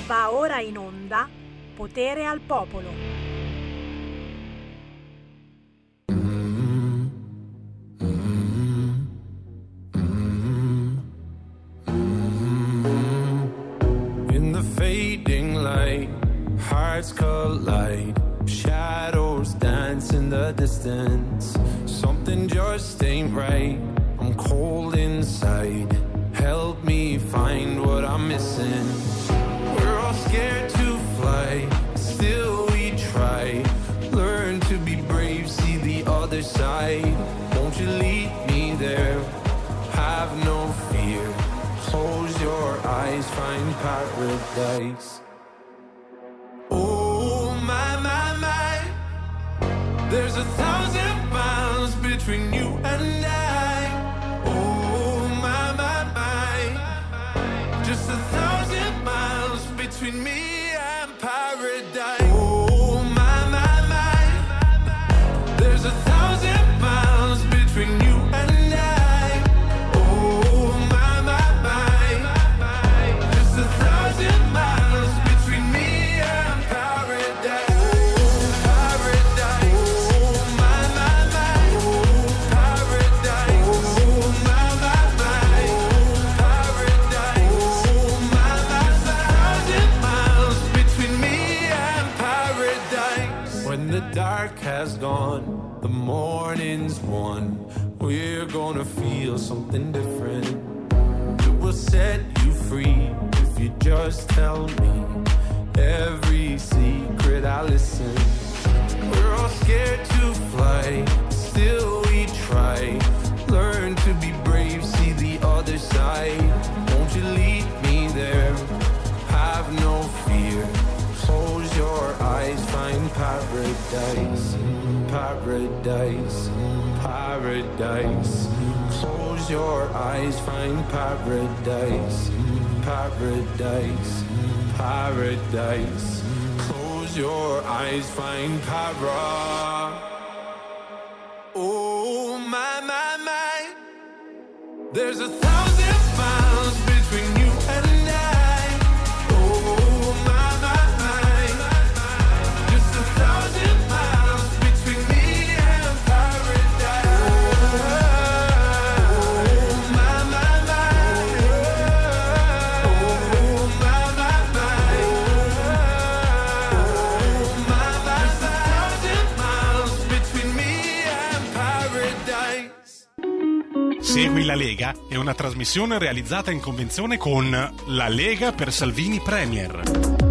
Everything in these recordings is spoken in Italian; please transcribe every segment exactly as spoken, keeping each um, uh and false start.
Va ora in onda Potere al Popolo. In the fading light, hearts collide, shadows dance in the distance. Something just ain't right, I'm cold inside. Help me find what I'm missing. We're all scared to fly, still we try. Learn to be brave, see the other side. Won't you lead me there? Have no fear. Close your eyes, find paradise. Oh my, my, my. There's a thousand miles between you and I. Oh my, my, my. Just a thousand miles between me and paradise. Oh my, my, my. There's a thousand miles between you and I. Oh my, my, my. Just a thousand miles between me and paradise. Oh, paradise. Oh my, my, my. Oh, paradise. Oh my, my, my. Oh, paradise. Oh my, my, my. Thousand miles between me and paradise. When the dark has gone, the morning's won. We're gonna feel something different. It will set you free if you just tell me every secret I listen. We're all scared to fly, still we try. Learn to be brave, see the other side. Won't you lead me there? Have no fear. Close your eyes, find paradise. Paradise, paradise. Close your eyes, find paradise. Paradise, paradise. Close your eyes, find para. Oh my, my, my. There's a thousand miles between you and I. Oh my, my, my. Just a thousand miles between me and paradise. Oh my, my, my. Oh my, my, my. Oh my, my, my. Thousand miles between me and paradise. Segui la Lega è una trasmissione realizzata in convenzione con La Lega per Salvini Premier.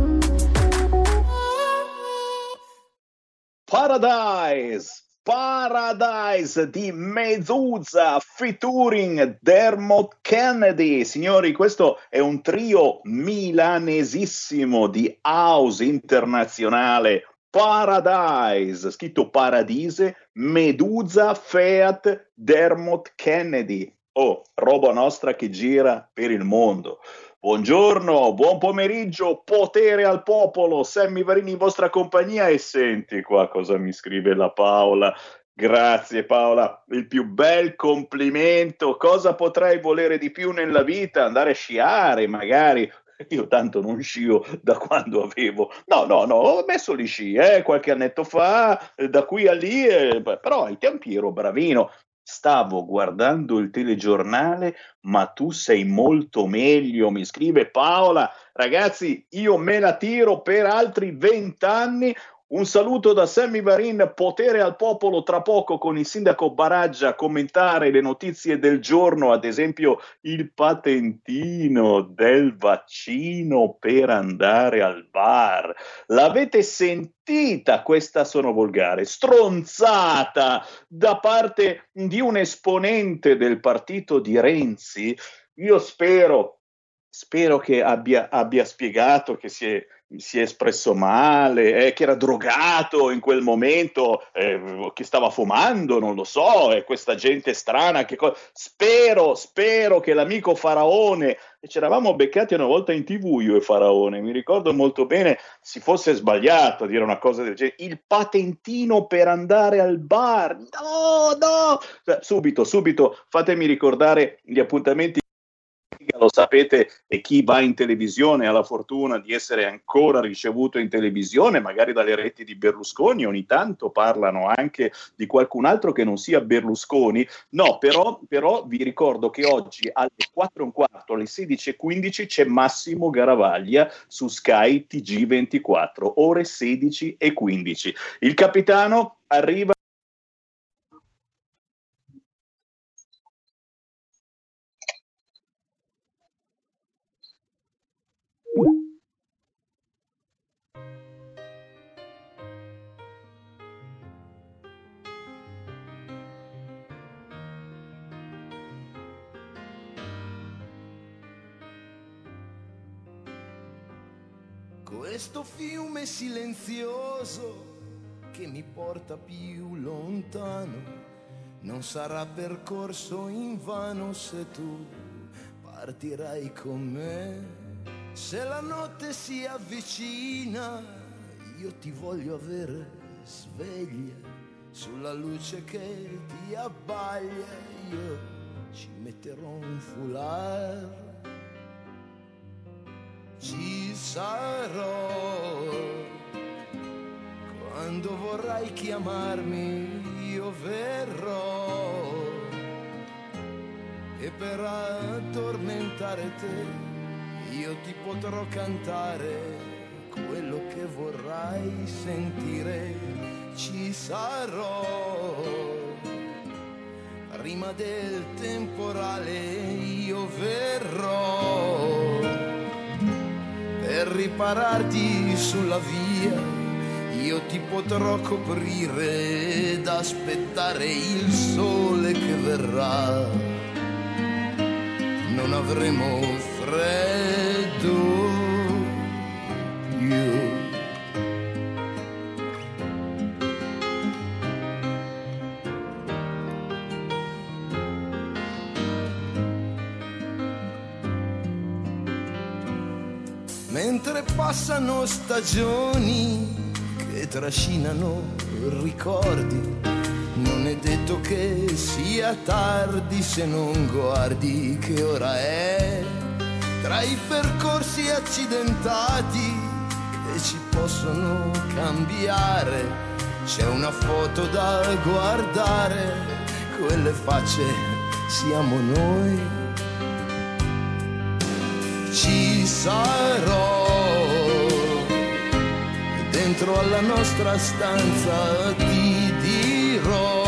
Paradise, Paradise di Medusa featuring Dermot Kennedy. Signori, questo è un trio milanesissimo di house internazionale. Paradise, scritto Paradise, Medusa, Feat, Dermot Kennedy. Oh, roba nostra che gira per il mondo. Buongiorno, buon pomeriggio, potere al popolo, Sammy Varini in vostra compagnia. E senti qua cosa mi scrive la Paola. Grazie Paola, il più bel complimento. Cosa potrei volere di più nella vita? Andare a sciare magari. Io tanto non scio da quando avevo, no no no, ho messo gli sci eh, qualche annetto fa, eh, da qui a lì, eh, però ai tempi ero bravino. Stavo guardando il telegiornale, ma tu sei molto meglio, mi scrive Paola. Ragazzi, io me la tiro per altri vent'anni. Un saluto da Sammy Varin, potere al popolo, tra poco con il sindaco Baraggia a commentare le notizie del giorno, ad esempio il patentino del vaccino per andare al bar. L'avete sentita questa, sono volgare, stronzata da parte di un esponente del partito di Renzi? Io spero, spero che abbia, abbia spiegato che si è si è espresso male, eh, che era drogato in quel momento, eh, che stava fumando, non lo so, e questa gente strana, che co- spero, spero che l'amico Faraone, e ci eravamo beccati una volta in tv io e Faraone, mi ricordo molto bene, si fosse sbagliato a dire una cosa del genere, il patentino per andare al bar, no, no, subito, subito, fatemi ricordare gli appuntamenti lo sapete, e chi va in televisione ha la fortuna di essere ancora ricevuto in televisione, magari dalle reti di Berlusconi, ogni tanto parlano anche di qualcun altro che non sia Berlusconi. No, però, però vi ricordo che oggi alle quattro e un quarto, alle sedici e quindici c'è Massimo Garavaglia su Sky T G ventiquattro, ore sedici e quindici. Il capitano arriva. Questo fiume silenzioso che mi porta più lontano non sarà percorso invano se tu partirai con me. Se la notte si avvicina io ti voglio avere sveglia sulla luce che ti abbaglia, io ci metterò un foulard. Ci sarò quando vorrai chiamarmi, io verrò, e per addormentare te io ti potrò cantare quello che vorrai sentire. Ci sarò prima del temporale, io verrò per ripararti sulla via, io ti potrò coprire ed aspettare il sole che verrà. Non avremo freddo più. Mentre passano stagioni che trascinano ricordi, non è detto che sia tardi se non guardi che ora è. Tra i percorsi accidentati che ci possono cambiare c'è una foto da guardare, quelle facce siamo noi. Ci sarò dentro alla nostra stanza, ti dirò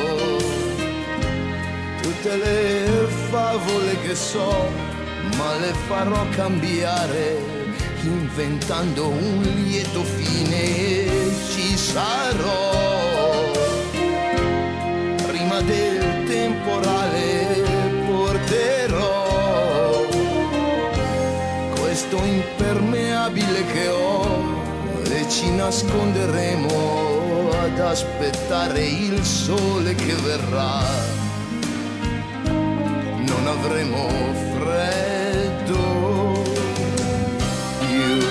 tutte le favole che so, ma le farò cambiare inventando un lieto fine. Ci sarò prima del temporale, porterò questo impermeabile che ho e ci nasconderemo ad aspettare il sole che verrà. Non avremo freddo più.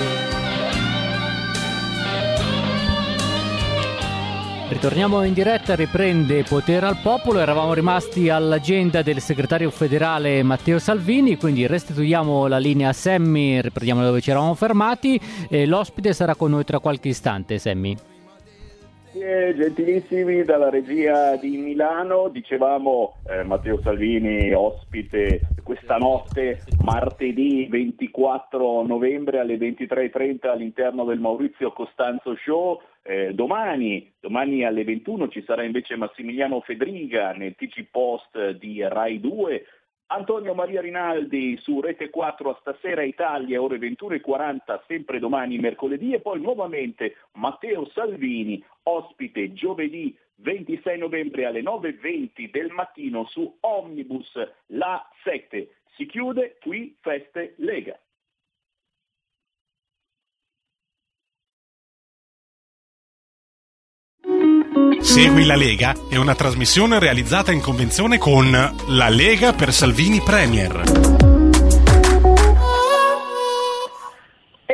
Ritorniamo in diretta, riprende Potere al Popolo. Eravamo rimasti all'agenda del segretario federale Matteo Salvini, quindi restituiamo la linea a Sammy, riprendiamo dove ci eravamo fermati e l'ospite sarà con noi tra qualche istante. Sammy. Eh, gentilissimi dalla regia di Milano, dicevamo eh, Matteo Salvini ospite questa notte, martedì ventiquattro novembre alle ventitré e trenta all'interno del Maurizio Costanzo Show. Eh, domani, domani alle ventuno ci sarà invece Massimiliano Fedriga nel T G Post di Rai due, Antonio Maria Rinaldi su Rete quattro a Stasera Italia, ore ventuno e quaranta, sempre domani mercoledì, e poi nuovamente Matteo Salvini, ospite giovedì ventisei novembre alle nove e venti del mattino su Omnibus La sette. Si chiude qui Feste Lega. Segui la Lega è una trasmissione realizzata in convenzione con La Lega per Salvini Premier. E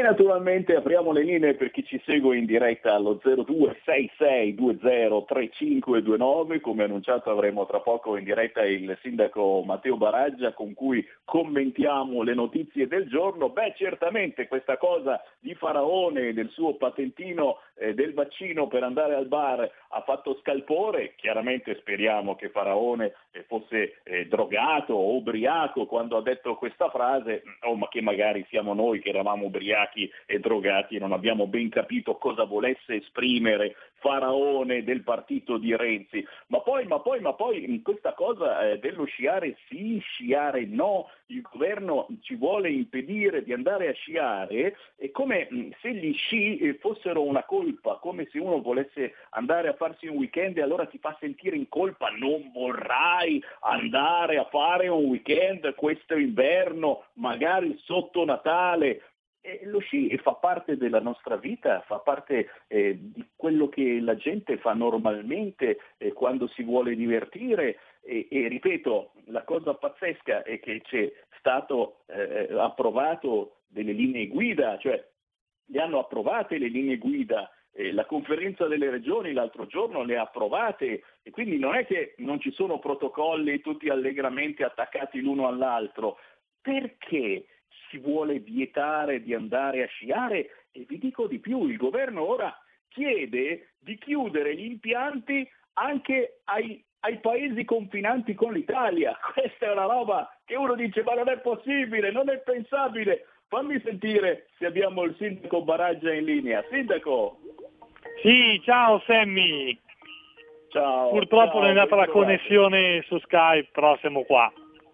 naturalmente apriamo le linee per chi ci segue in diretta allo zero due sei sei due zero tre cinque due nove. Come annunciato avremo tra poco in diretta il sindaco Matteo Baraggia, con cui commentiamo le notizie del giorno. Beh, certamente questa cosa di Faraone, del suo patentino eh, del vaccino per andare al bar, ha fatto scalpore. Chiaramente speriamo che Faraone eh, fosse eh, drogato o ubriaco quando ha detto questa frase, o ma che magari siamo noi che eravamo ubriachi e drogati e non abbiamo ben capito cosa volesse esprimere Faraone del partito di Renzi. Ma poi, ma poi, ma poi in questa cosa eh, dello sciare sì, sciare no, il governo ci vuole impedire di andare a sciare, è come mh, se gli sci eh, fossero una colpa, come se uno volesse andare a farsi un weekend e allora ti fa sentire in colpa: non vorrai andare a fare un weekend questo inverno, magari sotto Natale. E lo sci fa parte della nostra vita, fa parte eh, di quello che la gente fa normalmente eh, quando si vuole divertire e, e ripeto, la cosa pazzesca è che c'è stato eh, approvato delle linee guida, cioè le hanno approvate le linee guida, eh, la conferenza delle regioni l'altro giorno le ha approvate, e quindi non è che non ci sono protocolli tutti allegramente attaccati l'uno all'altro. Perché si vuole vietare di andare a sciare? E vi dico di più, il governo ora chiede di chiudere gli impianti anche ai, ai paesi confinanti con l'Italia. Questa è una roba che uno dice: ma non è possibile, non è pensabile. Fammi sentire se abbiamo il sindaco Baraggia in linea. Sindaco! Sì, ciao Sammy! Ciao! Purtroppo ciao, non è andata la connessione su Skype, però siamo qua.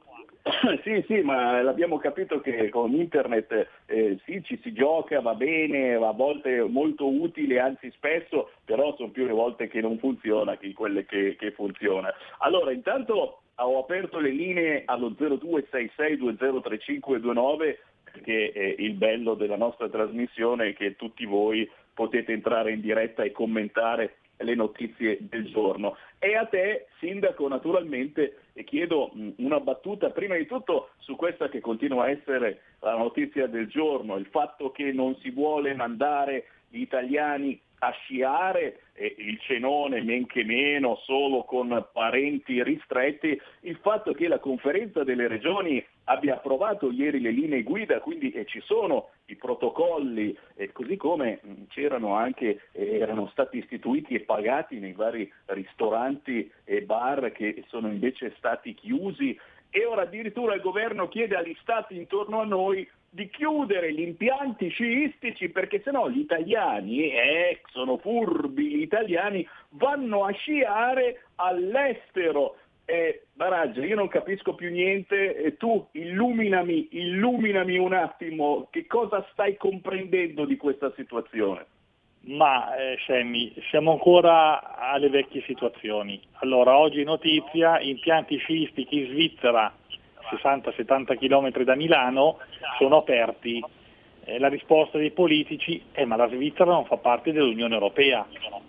Sì, sì, ma l'abbiamo capito che con internet eh, sì, ci si gioca, va bene, a volte è molto utile, anzi spesso, però sono più le volte che non funziona che quelle che, che funziona. Allora, intanto ho aperto le linee allo zero due sei sei due zero tre cinque due nove, perché eh, il bello della nostra trasmissione è che tutti voi potete entrare in diretta e commentare le notizie del giorno. E a te, sindaco, naturalmente chiedo una battuta prima di tutto su questa che continua a essere la notizia del giorno, il fatto che non si vuole mandare gli italiani a sciare, e il cenone men che meno, solo con parenti ristretti, il fatto che la conferenza delle regioni abbia approvato ieri le linee guida, quindi eh, ci sono i protocolli, eh, così come mh, c'erano anche, eh, erano stati istituiti e pagati nei vari ristoranti e bar che sono invece stati chiusi, e ora addirittura il governo chiede agli stati intorno a noi di chiudere gli impianti sciistici, perché sennò gli italiani, eh, sono furbi gli italiani, vanno a sciare all'estero. Eh, Baraggia, io non capisco più niente, e tu illuminami, illuminami un attimo, che cosa stai comprendendo di questa situazione? Ma eh, Sammy, siamo ancora alle vecchie situazioni. Allora, oggi notizia: impianti sciistici in Svizzera, sessanta settanta chilometri da Milano, sono aperti. Eh, la risposta dei politici è: ma la Svizzera non fa parte dell'Unione Europea.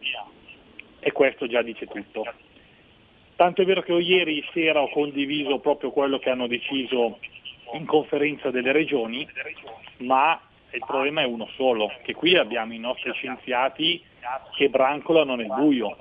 E questo già dice tutto. Tanto è vero che ieri sera ho condiviso proprio quello che hanno deciso in conferenza delle regioni, ma il problema è uno solo, che qui abbiamo i nostri scienziati che brancolano nel buio.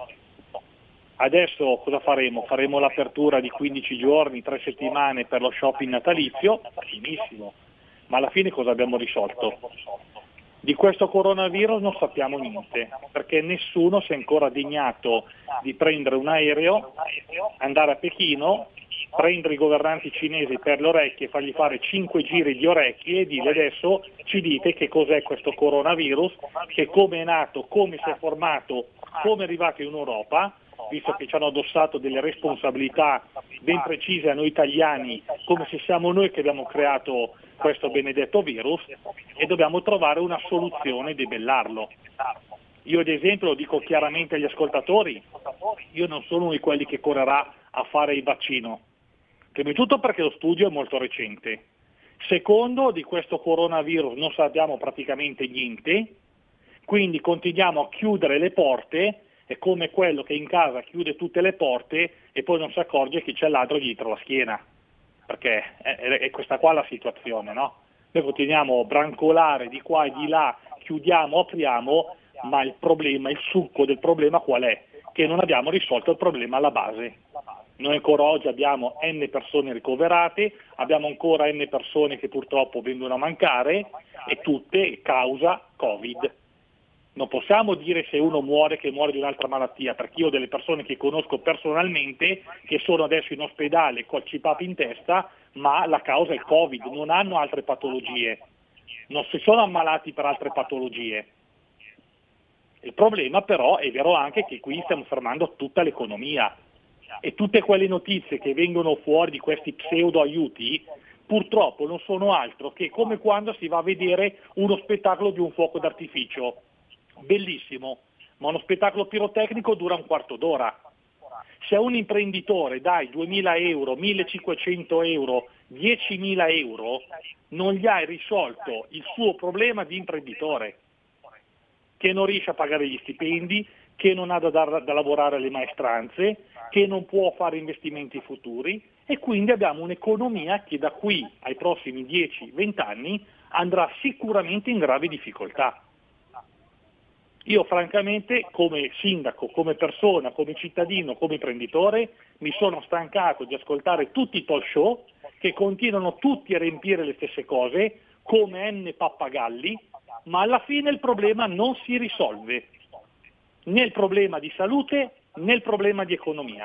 Adesso cosa faremo? Faremo l'apertura di quindici giorni, tre settimane per lo shopping natalizio, benissimo, ma alla fine cosa abbiamo risolto? Di questo coronavirus non sappiamo niente, perché nessuno si è ancora degnato di prendere un aereo, andare a Pechino, prendere i governanti cinesi per le orecchie, fargli fare cinque giri di orecchie e dire: adesso ci dite che cos'è questo coronavirus, che come è nato, come si è formato, come è arrivato in Europa, visto che ci hanno addossato delle responsabilità ben precise a noi italiani, come se siamo noi che abbiamo creato questo benedetto virus, e dobbiamo trovare una soluzione e debellarlo. Io ad esempio lo dico chiaramente agli ascoltatori: io non sono uno di quelli che correrà a fare il vaccino, prima di tutto perché lo studio è molto recente, secondo, di questo coronavirus non sappiamo praticamente niente, quindi continuiamo a chiudere le porte. È come quello che in casa chiude tutte le porte e poi non si accorge che c'è il ladro dietro la schiena, perché è, è questa qua la situazione, no? Noi continuiamo a brancolare di qua e di là, chiudiamo, apriamo, ma il problema, il succo del problema qual è? Che non abbiamo risolto il problema alla base. Noi ancora oggi abbiamo N persone ricoverate, abbiamo ancora N persone che purtroppo vengono a mancare, e tutte causa Covid. Non possiamo dire se uno muore che muore di un'altra malattia, perché io ho delle persone che conosco personalmente che sono adesso in ospedale col C PAP in testa, ma la causa è il Covid, non hanno altre patologie, non si sono ammalati per altre patologie. Il problema però è vero anche che qui stiamo fermando tutta l'economia, e tutte quelle notizie che vengono fuori di questi pseudo aiuti purtroppo non sono altro che come quando si va a vedere uno spettacolo di un fuoco d'artificio. Bellissimo, ma uno spettacolo pirotecnico dura un quarto d'ora. Se a un imprenditore dai duemila euro, millecinquecento euro, diecimila euro, non gli hai risolto il suo problema di imprenditore, che non riesce a pagare gli stipendi, che non ha da, dar, da lavorare alle maestranze, che non può fare investimenti futuri, e quindi abbiamo un'economia che da qui ai prossimi dieci venti anni andrà sicuramente in gravi difficoltà. Io francamente come sindaco, come persona, come cittadino, come imprenditore mi sono stancato di ascoltare tutti i talk show che continuano tutti a riempire le stesse cose come N pappagalli, ma alla fine il problema non si risolve, né il problema di salute né il problema di economia.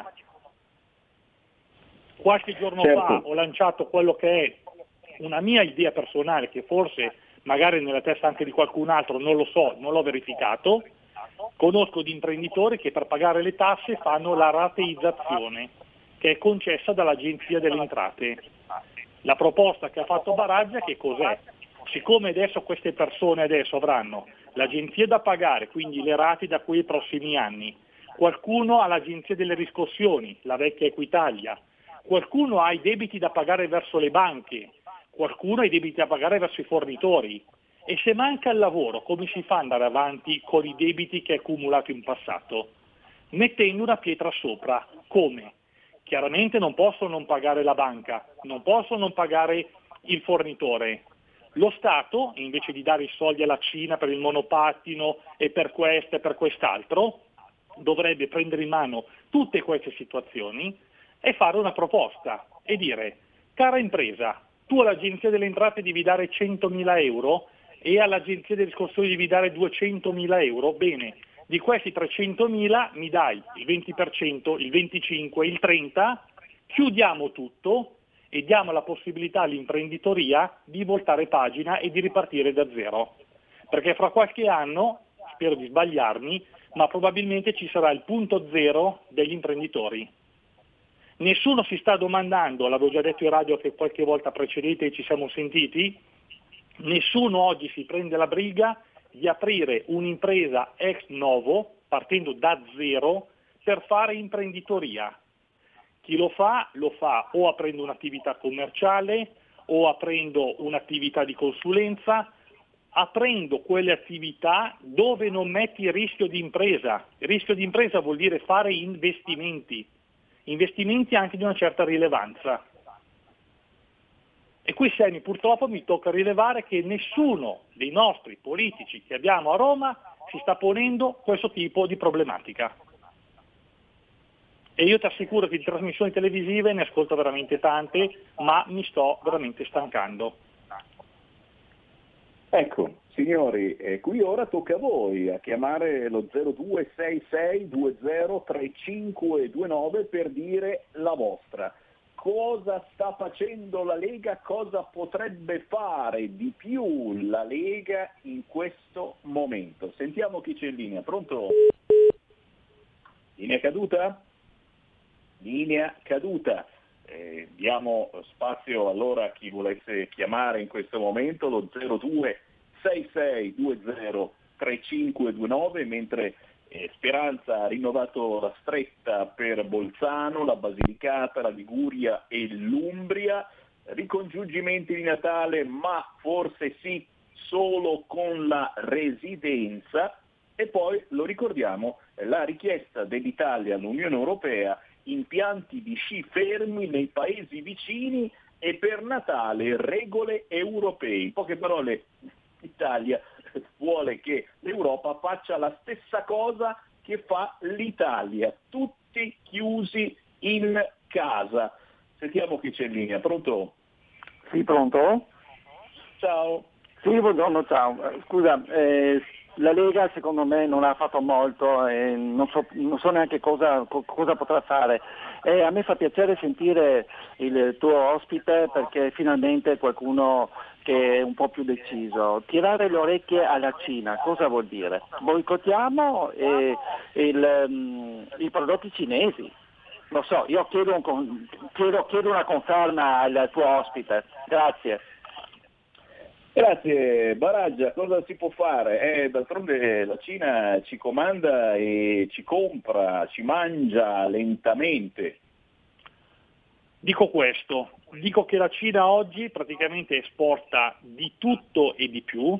Qualche giorno certo. fa ho lanciato quello che è una mia idea personale, che forse magari nella testa anche di qualcun altro, non lo so, non l'ho verificato. Conosco di imprenditori che per pagare le tasse fanno la rateizzazione, che è concessa dall'Agenzia delle Entrate. La proposta che ha fatto Baraggia che cos'è? Siccome adesso queste persone adesso avranno l'agenzia da pagare, quindi le rate da qui ai prossimi anni, qualcuno ha l'agenzia delle riscossioni, la vecchia Equitalia, qualcuno ha i debiti da pagare verso le banche, qualcuno ha i debiti da pagare verso i fornitori, e se manca il lavoro come si fa ad andare avanti con i debiti che ha accumulato in passato? Mettendo una pietra sopra. Come? Chiaramente non posso non pagare la banca, non posso non pagare il fornitore. Lo Stato, invece di dare i soldi alla Cina per il monopattino e per questo e per quest'altro, dovrebbe prendere in mano tutte queste situazioni e fare una proposta e dire: cara impresa, tu all'Agenzia delle Entrate devi dare centomila euro e all'Agenzia delle Riscossioni devi dare duecentomila euro, bene, di questi trecentomila mi dai il venti per cento, il venticinque per cento, il trenta per cento, chiudiamo tutto e diamo la possibilità all'imprenditoria di voltare pagina e di ripartire da zero. Perché fra qualche anno, spero di sbagliarmi, ma probabilmente ci sarà il punto zero degli imprenditori. Nessuno si sta domandando, l'avevo già detto in radio che qualche volta precedente ci siamo sentiti, nessuno oggi si prende la briga di aprire un'impresa ex novo, partendo da zero, per fare imprenditoria. Chi lo fa, lo fa o aprendo un'attività commerciale o aprendo un'attività di consulenza, aprendo quelle attività dove non metti il rischio di impresa. Il rischio di impresa vuol dire fare investimenti, investimenti anche di una certa rilevanza. E qui, Semi, purtroppo mi tocca rilevare che nessuno dei nostri politici che abbiamo a Roma si sta ponendo questo tipo di problematica. E io ti assicuro che di trasmissioni televisive ne ascolto veramente tante, ma mi sto veramente stancando. Ecco, signori, eh, qui ora tocca a voi a chiamare lo zero due sei sei due zero tre cinque due nove per dire la vostra. Cosa sta facendo la Lega? Cosa potrebbe fare di più la Lega in questo momento? Sentiamo chi c'è in linea. Pronto? Linea caduta? Linea caduta. Eh, diamo spazio allora a chi volesse chiamare in questo momento, lo zero due sei sei due zero tre cinque due nove, mentre eh, Speranza ha rinnovato la stretta per Bolzano, la Basilicata, la Liguria e l'Umbria, ricongiungimenti di Natale, ma forse sì solo con la residenza. E poi, lo ricordiamo, la richiesta dell'Italia all'Unione Europea, impianti di sci fermi nei paesi vicini e per Natale regole europee. In poche parole, l'Italia vuole che l'Europa faccia la stessa cosa che fa l'Italia, tutti chiusi in casa. Sentiamo chi c'è in linea, pronto? Sì, pronto? Ciao. Sì, buongiorno, ciao. Scusa, eh, la Lega secondo me non ha fatto molto e non so, non so neanche cosa, co- cosa potrà fare. E a me fa piacere sentire il tuo ospite perché finalmente qualcuno che è un po' più deciso. Tirare le orecchie alla Cina, cosa vuol dire? Boicottiamo eh, il, um, i prodotti cinesi. Lo so, io chiedo, un con- chiedo, chiedo una conferma al tuo ospite. Grazie. Grazie Baraggia, cosa si può fare? Eh, d'altronde la Cina ci comanda e ci compra, ci mangia lentamente. Dico questo, dico che la Cina oggi praticamente esporta di tutto e di più,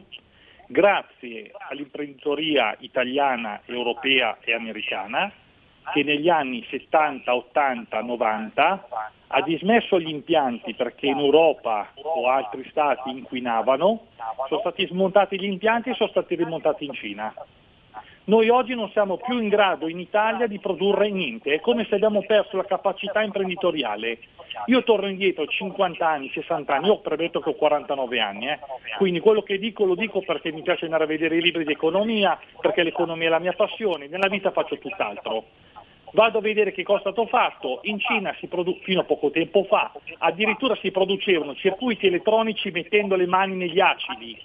grazie all'imprenditoria italiana, europea e americana, che negli anni settanta, ottanta, novanta ha dismesso gli impianti perché in Europa o altri stati inquinavano, sono stati smontati gli impianti e sono stati rimontati in Cina. Noi oggi non siamo più in grado in Italia di produrre niente, è come se abbiamo perso la capacità imprenditoriale. Io torno indietro cinquanta anni, sessanta anni, io premetto che ho quarantanove anni, eh. Quindi quello che dico lo dico perché mi piace andare a vedere i libri di economia, perché l'economia è la mia passione, nella vita faccio tutt'altro. Vado a vedere che cosa è stato fatto, in Cina si produ- fino a poco tempo fa addirittura si producevano circuiti elettronici mettendo le mani negli acidi.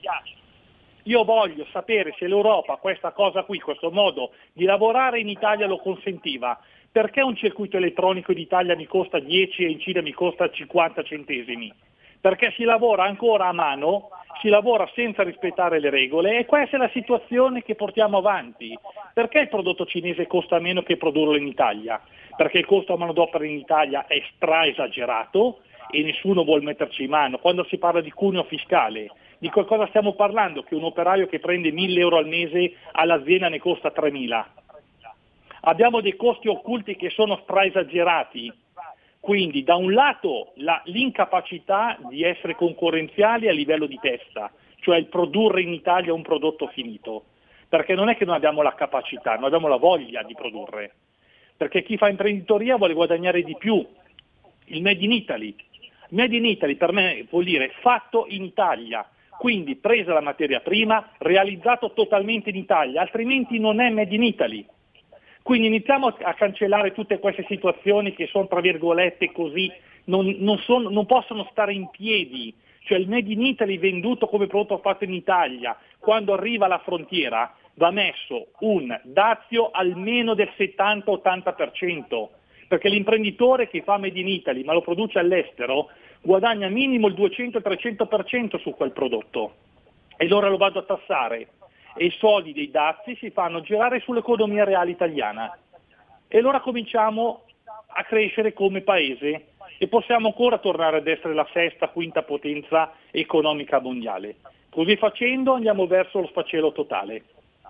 Io voglio sapere se l'Europa questa cosa qui, questo modo di lavorare in Italia lo consentiva. Perché un circuito elettronico in Italia mi costa dieci e in Cina mi costa cinquanta centesimi? Perché si lavora ancora a mano, si lavora senza rispettare le regole e questa è la situazione che portiamo avanti. Perché il prodotto cinese costa meno che produrlo in Italia? Perché il costo a manodopera in Italia è stra esagerato e nessuno vuole metterci in mano. Quando si parla di cuneo fiscale, di cosa stiamo parlando? Che un operaio che prende mille euro al mese all'azienda ne costa tremila. Abbiamo dei costi occulti che sono stra esagerati. Quindi da un lato la, l'incapacità di essere concorrenziali a livello di testa, cioè il produrre in Italia un prodotto finito, perché non è che non abbiamo la capacità, noi abbiamo la voglia di produrre, perché chi fa imprenditoria vuole guadagnare di più, il Made in Italy. Made in Italy per me vuol dire fatto in Italia, quindi presa la materia prima, realizzato totalmente in Italia, altrimenti non è Made in Italy. Quindi iniziamo a cancellare tutte queste situazioni che sono tra virgolette così, non, non, sono, non possono stare in piedi, cioè il Made in Italy venduto come prodotto fatto in Italia, quando arriva alla frontiera va messo un dazio almeno del settanta ottanta per cento, perché l'imprenditore che fa Made in Italy ma lo produce all'estero guadagna minimo il duecento trecento per cento su quel prodotto e allora lo vado a tassare. E i soldi dei dazi si fanno girare sull'economia reale italiana e allora cominciamo a crescere come paese e possiamo ancora tornare ad essere la sesta, quinta potenza economica mondiale. Così facendo andiamo verso lo sfacelo totale.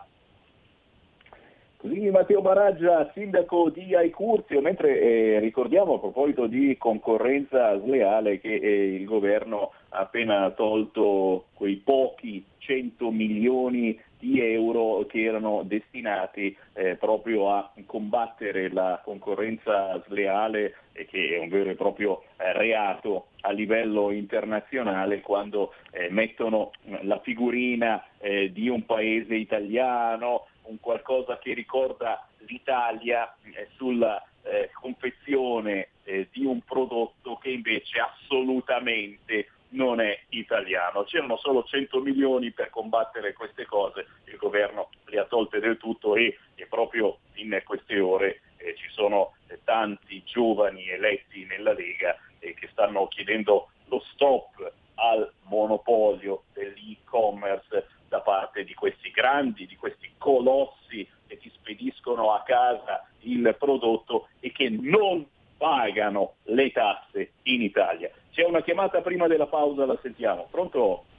Così Matteo Baraggia, sindaco di Aicurzio, mentre eh, ricordiamo a proposito di concorrenza sleale che eh, il governo ha appena tolto quei pochi cento milioni di euro che erano destinati eh, proprio a combattere la concorrenza sleale e che è un vero e proprio eh, reato a livello internazionale quando eh, mettono la figurina eh, di un paese italiano, un qualcosa che ricorda l'Italia eh, sulla eh, confezione eh, di un prodotto che invece assolutamente non è italiano. C'erano solo cento milioni per combattere queste cose, il governo le ha tolte del tutto e, e proprio in queste ore eh, ci sono eh, tanti giovani eletti nella Lega eh, che stanno chiedendo lo stop al monopolio dell'e-commerce da parte di questi grandi, di questi colossi che ti spediscono a casa il prodotto e che non pagano le tasse in Italia. C'è una chiamata prima della pausa, la sentiamo. Pronto?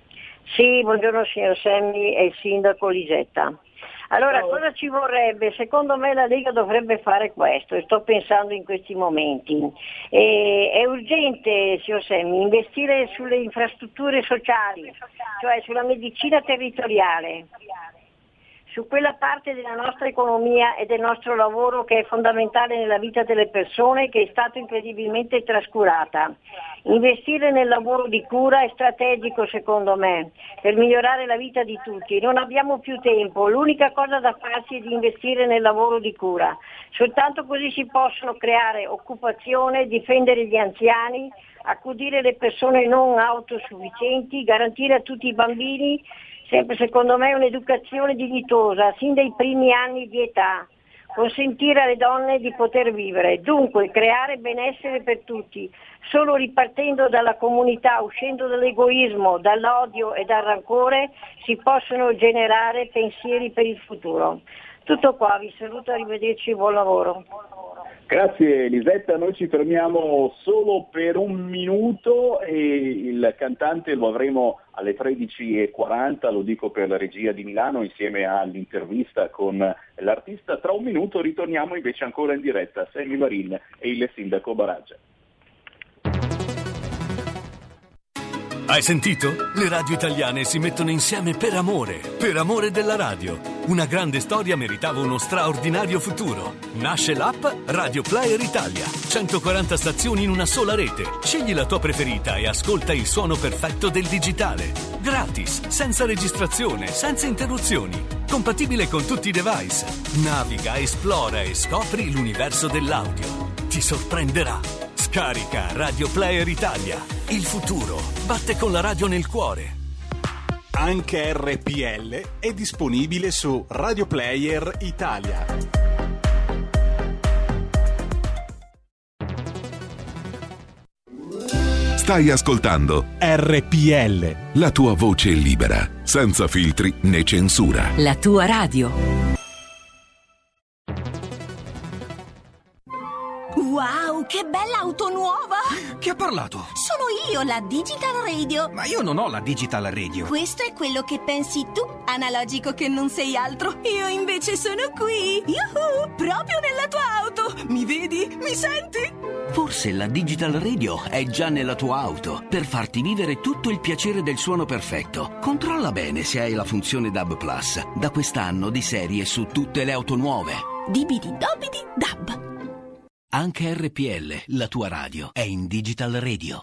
Sì, buongiorno signor Semmi e il sindaco Lisetta. Allora, Ciao. cosa ci vorrebbe? Secondo me la Lega dovrebbe fare questo, e sto pensando in questi momenti. E, è urgente, signor Semmi, investire sulle infrastrutture sociali, cioè sulla medicina territoriale, su quella parte della nostra economia e del nostro lavoro che è fondamentale nella vita delle persone, che è stata incredibilmente trascurata. Investire nel lavoro di cura è strategico secondo me, per migliorare la vita di tutti. Non abbiamo più tempo, l'unica cosa da farsi è di investire nel lavoro di cura. Soltanto così si possono creare occupazione, difendere gli anziani, accudire le persone non autosufficienti, garantire a tutti i bambini sempre secondo me un'educazione dignitosa sin dai primi anni di età, consentire alle donne di poter vivere, dunque creare benessere per tutti. Solo ripartendo dalla comunità, uscendo dall'egoismo, dall'odio e dal rancore si possono generare pensieri per il futuro. Tutto qua, vi saluto, arrivederci, buon lavoro. Grazie Elisetta, noi ci fermiamo solo per un minuto e il cantante lo avremo alle tredici e quaranta, lo dico per la regia di Milano, insieme all'intervista con l'artista. Tra un minuto ritorniamo invece ancora in diretta, Sammy Varin e il sindaco Baraggia. Hai sentito? Le radio italiane si mettono insieme per amore, per amore della radio. Una grande storia meritava uno straordinario futuro. Nasce l'app Radio Player Italia. centoquaranta stazioni in una sola rete. Scegli la tua preferita e ascolta il suono perfetto del digitale. Gratis, senza registrazione, senza interruzioni. Compatibile con tutti i device. Naviga, esplora e scopri l'universo dell'audio. Ti sorprenderà. Scarica Radio Player Italia. Il futuro batte con la radio nel cuore. Anche R P L è disponibile su Radio Player Italia. Stai ascoltando R P L, la tua voce libera, senza filtri né censura. La tua radio. Wow, che bella auto nuova! Chi ha parlato? Sono io, la Digital Radio. Ma io non ho la Digital Radio. Questo è quello che pensi tu, analogico che non sei altro. Io invece sono qui, yuhu, proprio nella tua auto. Mi vedi? Mi senti? Forse la Digital Radio è già nella tua auto per farti vivere tutto il piacere del suono perfetto. Controlla bene se hai la funzione D A B Plus. Da quest'anno di serie su tutte le auto nuove. Dibidi dobidi dab. Anche R P L, la tua radio, è in Digital Radio.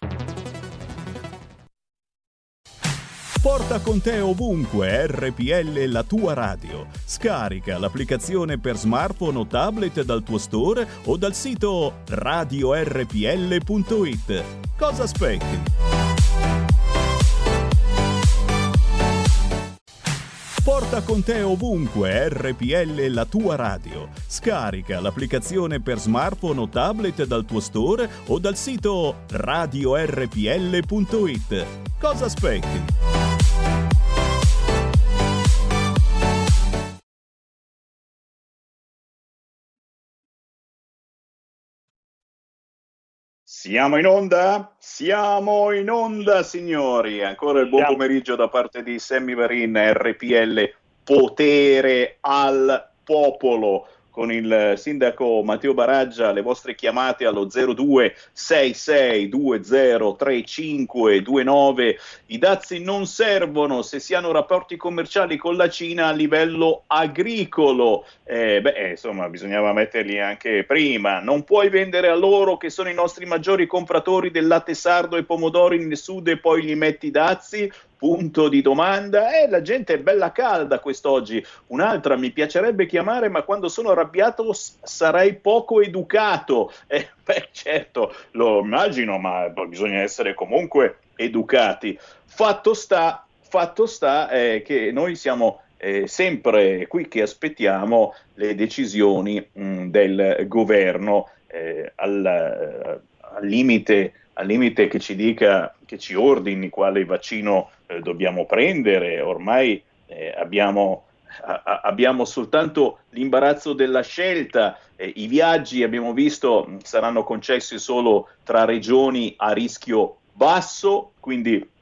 Porta con te ovunque R P L, la tua radio. Scarica l'applicazione per smartphone o tablet dal tuo store o dal sito radio r p l punto i t. Cosa aspetti? Porta con te ovunque R P L, la tua radio. Scarica l'applicazione per smartphone o tablet dal tuo store o dal sito radio r p l punto i t. Cosa aspetti? Siamo in onda? Siamo in onda, signori. Ancora il buon pomeriggio da parte di Sammy Varin, R P L, potere al popolo. Con il sindaco Matteo Baraggia, le vostre chiamate allo zero due sei sei due zero tre cinque due nove. I dazi non servono se si hanno rapporti commerciali con la Cina a livello agricolo. Eh, beh, insomma, bisognava metterli anche prima. Non puoi vendere a loro, che sono i nostri maggiori compratori del latte sardo e pomodori nel sud, e poi gli metti i dazi? Punto di domanda. Eh, la gente è bella calda quest'oggi. Un'altra: mi piacerebbe chiamare, ma quando sono arrabbiato s- sarei poco educato. Eh, beh, certo, lo immagino, ma bisogna essere comunque educati. Fatto sta, fatto sta eh, che noi siamo eh, sempre qui che aspettiamo le decisioni mh, del governo eh, al, al limite al limite che ci dica, che ci ordini quale vaccino eh, dobbiamo prendere. Ormai eh, abbiamo, a, abbiamo soltanto l'imbarazzo della scelta. Eh, i viaggi, abbiamo visto, saranno concessi solo tra regioni a rischio basso, quindi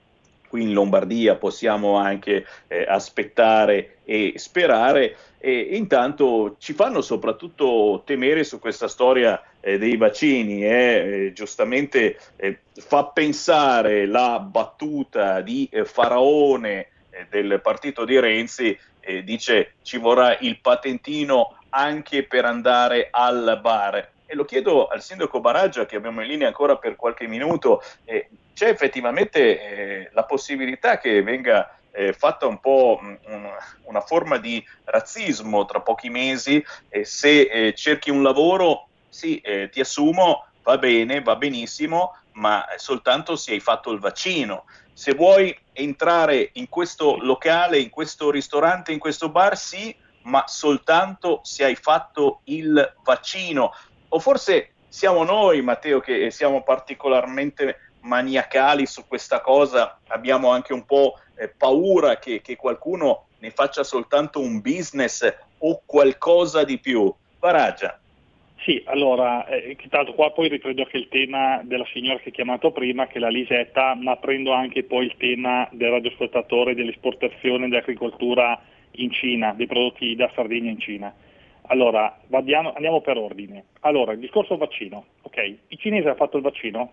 qui in Lombardia possiamo anche eh, aspettare e sperare, e intanto ci fanno soprattutto temere su questa storia eh, dei vaccini. Eh, eh, giustamente eh, fa pensare la battuta di eh, Faraone eh, del partito di Renzi, eh, dice ci vorrà il patentino anche per andare al bar. E lo chiedo al sindaco Baraggia, che abbiamo in linea ancora per qualche minuto, eh, c'è effettivamente eh, la possibilità che venga eh, fatta un po' un, una forma di razzismo tra pochi mesi, eh, se eh, cerchi un lavoro, sì, eh, ti assumo, va bene, va benissimo, ma soltanto se hai fatto il vaccino. Se vuoi entrare in questo locale, in questo ristorante, in questo bar, sì, ma soltanto se hai fatto il vaccino. O forse siamo noi, Matteo, che siamo particolarmente maniacali su questa cosa, abbiamo anche un po' eh, paura che, che qualcuno ne faccia soltanto un business o qualcosa di più. Baraggia. Sì, allora, eh, tanto qua poi riprendo anche il tema della signora che ha chiamato prima, che è la Lisetta, ma prendo anche poi il tema del radioascoltatore dell'esportazione dell'agricoltura in Cina, dei prodotti da Sardegna in Cina. Allora, andiamo, andiamo per ordine. Allora, il discorso vaccino, ok? I cinesi hanno fatto il vaccino?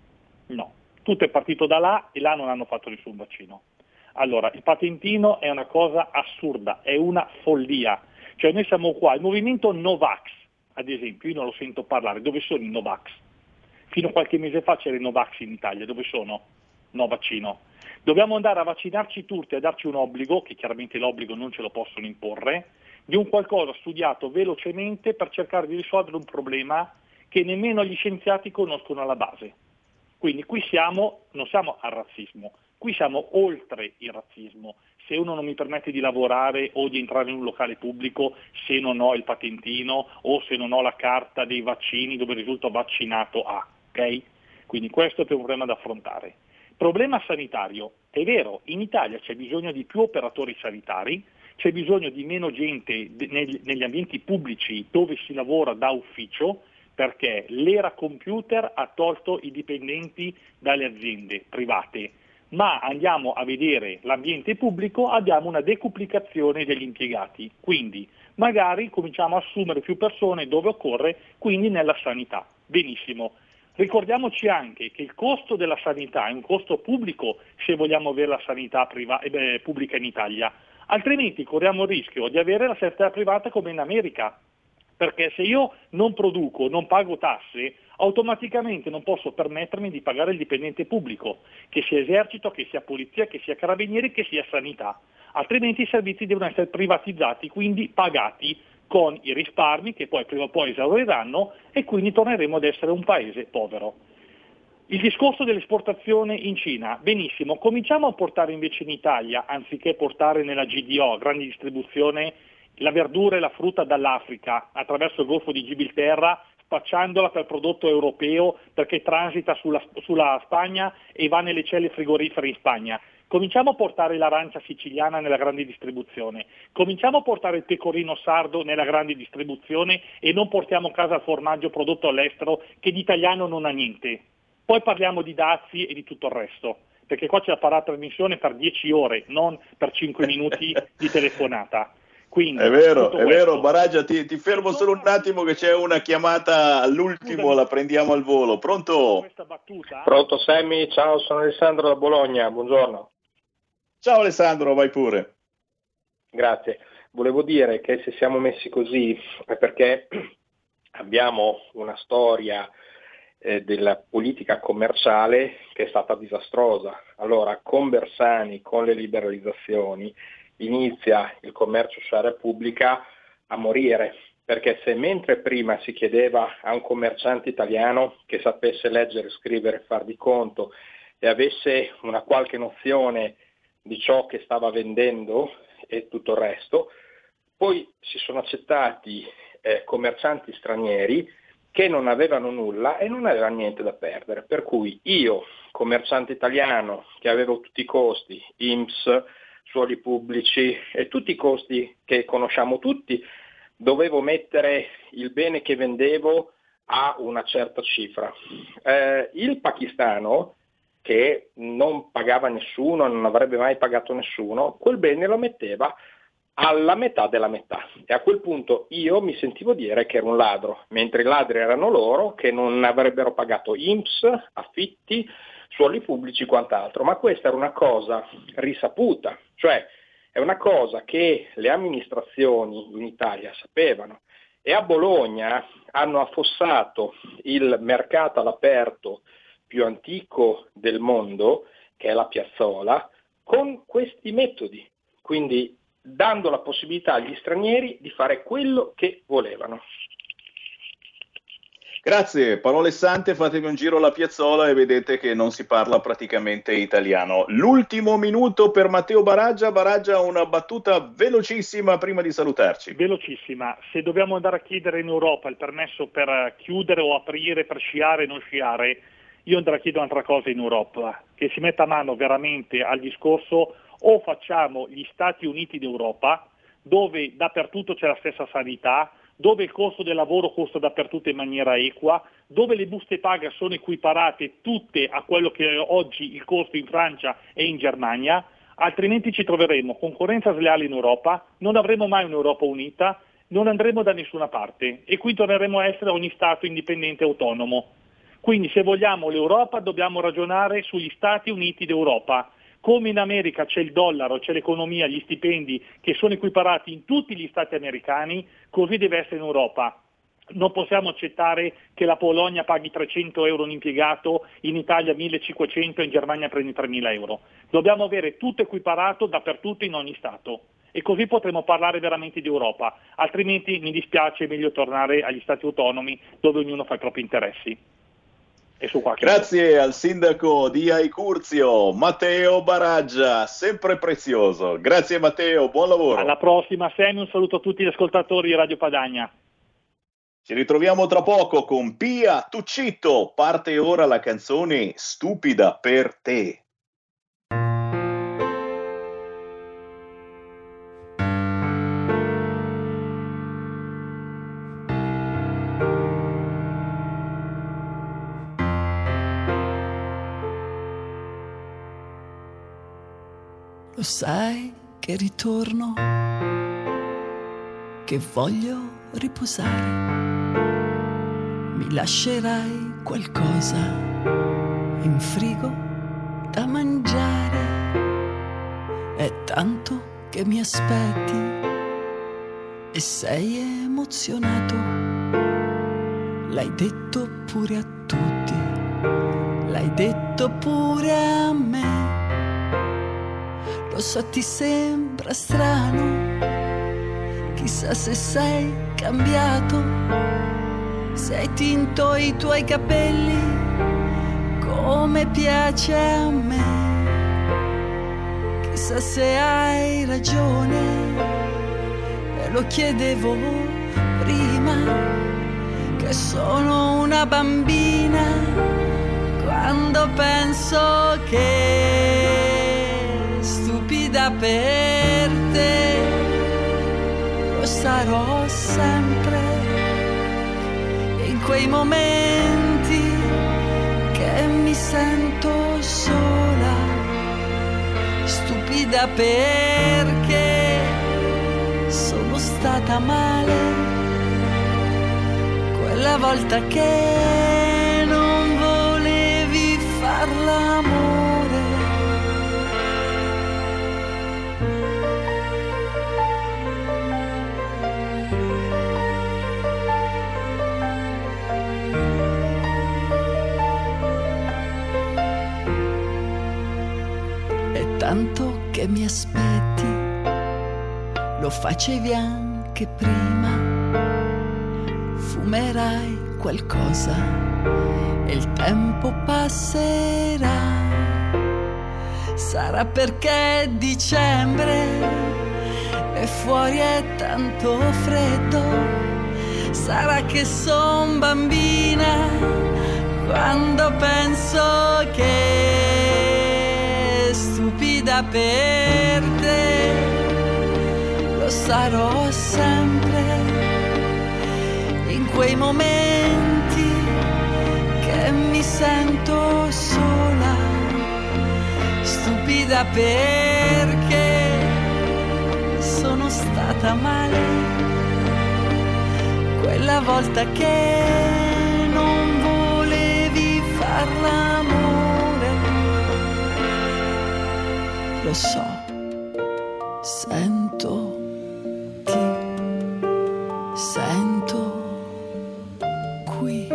No. Tutto è partito da là e là non hanno fatto nessun vaccino. Allora, il patentino è una cosa assurda, è una follia. Cioè noi siamo qua, il movimento Novax, ad esempio, io non lo sento parlare, dove sono i Novax? Fino a qualche mese fa c'era i Novax in Italia, dove sono? No vaccino. Dobbiamo andare a vaccinarci tutti, a darci un obbligo, che chiaramente l'obbligo non ce lo possono imporre, di un qualcosa studiato velocemente per cercare di risolvere un problema che nemmeno gli scienziati conoscono alla base. Quindi qui siamo, non siamo al razzismo, qui siamo oltre il razzismo. Se uno non mi permette di lavorare o di entrare in un locale pubblico se non ho il patentino o se non ho la carta dei vaccini dove risulto vaccinato a, ok? Quindi questo è un problema da affrontare. Problema sanitario, è vero, in Italia c'è bisogno di più operatori sanitari, c'è bisogno di meno gente negli, negli ambienti pubblici dove si lavora da ufficio, perché l'era computer ha tolto i dipendenti dalle aziende private, ma andiamo a vedere l'ambiente pubblico, abbiamo una decuplicazione degli impiegati, quindi magari cominciamo a assumere più persone dove occorre, quindi nella sanità. Benissimo. Ricordiamoci anche che il costo della sanità è un costo pubblico se vogliamo avere la sanità priva- eh, pubblica in Italia, altrimenti corriamo il rischio di avere la sanità privata come in America, perché se io non produco, non pago tasse, automaticamente non posso permettermi di pagare il dipendente pubblico, che sia esercito, che sia polizia, che sia carabinieri, che sia sanità, altrimenti i servizi devono essere privatizzati, quindi pagati con i risparmi che poi prima o poi esauriranno e quindi torneremo ad essere un paese povero. Il discorso dell'esportazione in Cina, benissimo, cominciamo a portare invece in Italia, anziché portare nella G D O, grande distribuzione, la verdura e la frutta dall'Africa attraverso il Golfo di Gibilterra, spacciandola per prodotto europeo perché transita sulla, sulla Spagna e va nelle celle frigorifere in Spagna. Cominciamo a portare l'arancia siciliana nella grande distribuzione, cominciamo a portare il pecorino sardo nella grande distribuzione e non portiamo a casa il formaggio prodotto all'estero che di italiano non ha niente. Poi parliamo di dazi e di tutto il resto, perché qua c'è la parata trasmissione per dieci ore, non per cinque minuti di telefonata. Quindi, è vero, è questo... vero, Baraggia, ti, ti fermo solo un attimo che c'è una chiamata all'ultimo, Scusami. La prendiamo al volo. Pronto? Pronto Sammy, ciao, sono Alessandro da Bologna, buongiorno. Ciao Alessandro, vai pure. Grazie. Volevo dire che se siamo messi così è perché abbiamo una storia eh, della politica commerciale che è stata disastrosa. Allora, con Bersani, con le liberalizzazioni, inizia il commercio su area pubblica a morire, perché se mentre prima si chiedeva a un commerciante italiano che sapesse leggere, scrivere, far di conto e avesse una qualche nozione di ciò che stava vendendo e tutto il resto, poi si sono accettati eh, commercianti stranieri che non avevano nulla e non avevano niente da perdere, per cui io, commerciante italiano che avevo tutti i costi, I N P S, suoli pubblici e tutti i costi che conosciamo tutti, dovevo mettere il bene che vendevo a una certa cifra. Eh, il pakistano che non pagava nessuno, non avrebbe mai pagato nessuno, quel bene lo metteva alla metà della metà, e a quel punto io mi sentivo dire che era un ladro, mentre i ladri erano loro che non avrebbero pagato I N P S, affitti, suoli pubblici, quant'altro. Ma questa era una cosa risaputa, cioè è una cosa che le amministrazioni in Italia sapevano, e a Bologna hanno affossato il mercato all'aperto più antico del mondo, che è la Piazzola, con questi metodi, quindi dando la possibilità agli stranieri di fare quello che volevano. Grazie, parole sante, fatevi un giro alla Piazzola e vedete che non si parla praticamente italiano. L'ultimo minuto per Matteo Baraggia. Baraggia, una battuta velocissima prima di salutarci. Velocissima. Se dobbiamo andare a chiedere in Europa il permesso per chiudere o aprire, per sciare e non sciare, io andrei a chiedere un'altra cosa in Europa, che si metta a mano veramente al discorso: o facciamo gli Stati Uniti d'Europa, dove dappertutto c'è la stessa sanità, dove il costo del lavoro costa dappertutto in maniera equa, dove le buste paga sono equiparate tutte a quello che è oggi il costo in Francia e in Germania, altrimenti ci troveremo concorrenza sleale in Europa, non avremo mai un'Europa unita, non andremo da nessuna parte e qui torneremo a essere ogni Stato indipendente e autonomo. Quindi se vogliamo l'Europa dobbiamo ragionare sugli Stati Uniti d'Europa. Come in America c'è il dollaro, c'è l'economia, gli stipendi che sono equiparati in tutti gli stati americani, così deve essere in Europa. Non possiamo accettare che la Polonia paghi trecento euro un impiegato, in Italia millecinquecento e in Germania prendi tremila euro. Dobbiamo avere tutto equiparato dappertutto in ogni Stato e così potremo parlare veramente di Europa, altrimenti mi dispiace, è meglio tornare agli Stati autonomi dove ognuno fa i propri interessi. Grazie al sindaco di Aicurzio, Matteo Baraggia, sempre prezioso. Grazie Matteo, buon lavoro. Alla prossima, Sammy, un saluto a tutti gli ascoltatori di Radio Padania. Ci ritroviamo tra poco con Pia Tuccito. Parte ora la canzone Stupida per te. Lo sai che ritorno, che voglio riposare, mi lascerai qualcosa in frigo da mangiare, è tanto che mi aspetti e sei emozionato, l'hai detto pure a tutti, l'hai detto pure a me. Lo so, ti sembra strano, chissà se sei cambiato, se hai tinto i tuoi capelli come piace a me, chissà se hai ragione, me lo chiedevo prima, che sono una bambina quando penso che stupida per te, lo sarò sempre in quei momenti che mi sento sola, stupida perché sono stata male quella volta che non volevi far l'amore. Tanto che mi aspetti, lo facevi anche prima, fumerai qualcosa e il tempo passerà, sarà perché è dicembre e fuori è tanto freddo, sarà che son bambina quando penso che stupida per te, lo sarò sempre in quei momenti che mi sento sola, stupida perché sono stata male quella volta che non volevi far l'amore. Lo so, sento, ti sento qui.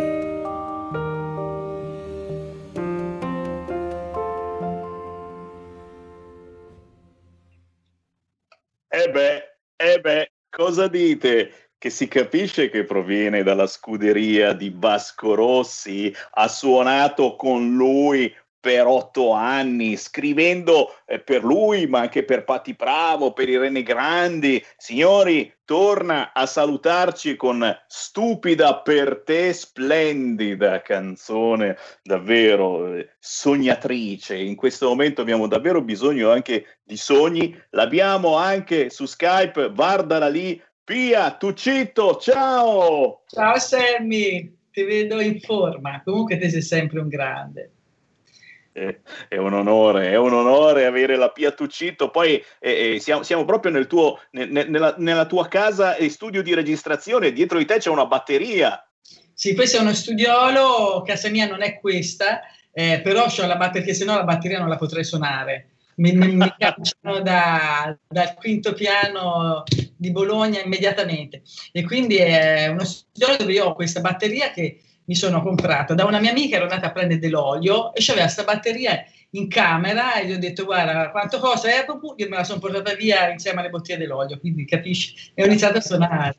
Eh beh, eh beh, cosa dite? Che si capisce che proviene dalla scuderia di Vasco Rossi, ha suonato con lui per otto anni, scrivendo eh, per lui, ma anche per Patti Bravo, per Irene Grandi. Signori, torna a salutarci con Stupida per te, splendida canzone, davvero eh, sognatrice. In questo momento abbiamo davvero bisogno anche di sogni. L'abbiamo anche su Skype, guardala lì. Pia Tuccitto, ciao! Ciao Sammy, ti vedo in forma. Comunque te sei sempre un grande. Eh, è un onore, è un onore avere la Pia Tuccitto. Poi eh, eh, siamo, siamo proprio nel tuo, ne, nella, nella tua casa e studio di registrazione. Dietro di te c'è una batteria. Sì, questo è uno studiolo. Casa mia non è questa, eh, però c'ho la batteria, perché sennò la batteria non la potrei suonare. Mi, mi, mi cacciano da, dal quinto piano di Bologna immediatamente. E quindi è uno studiolo dove io ho questa batteria che mi sono comprata da una mia amica, ero andata a prendere dell'olio e c'aveva questa batteria in camera e gli ho detto guarda quanto costa, eh, io me la sono portata via insieme alle bottiglie dell'olio, quindi capisci, e ho iniziato a suonare.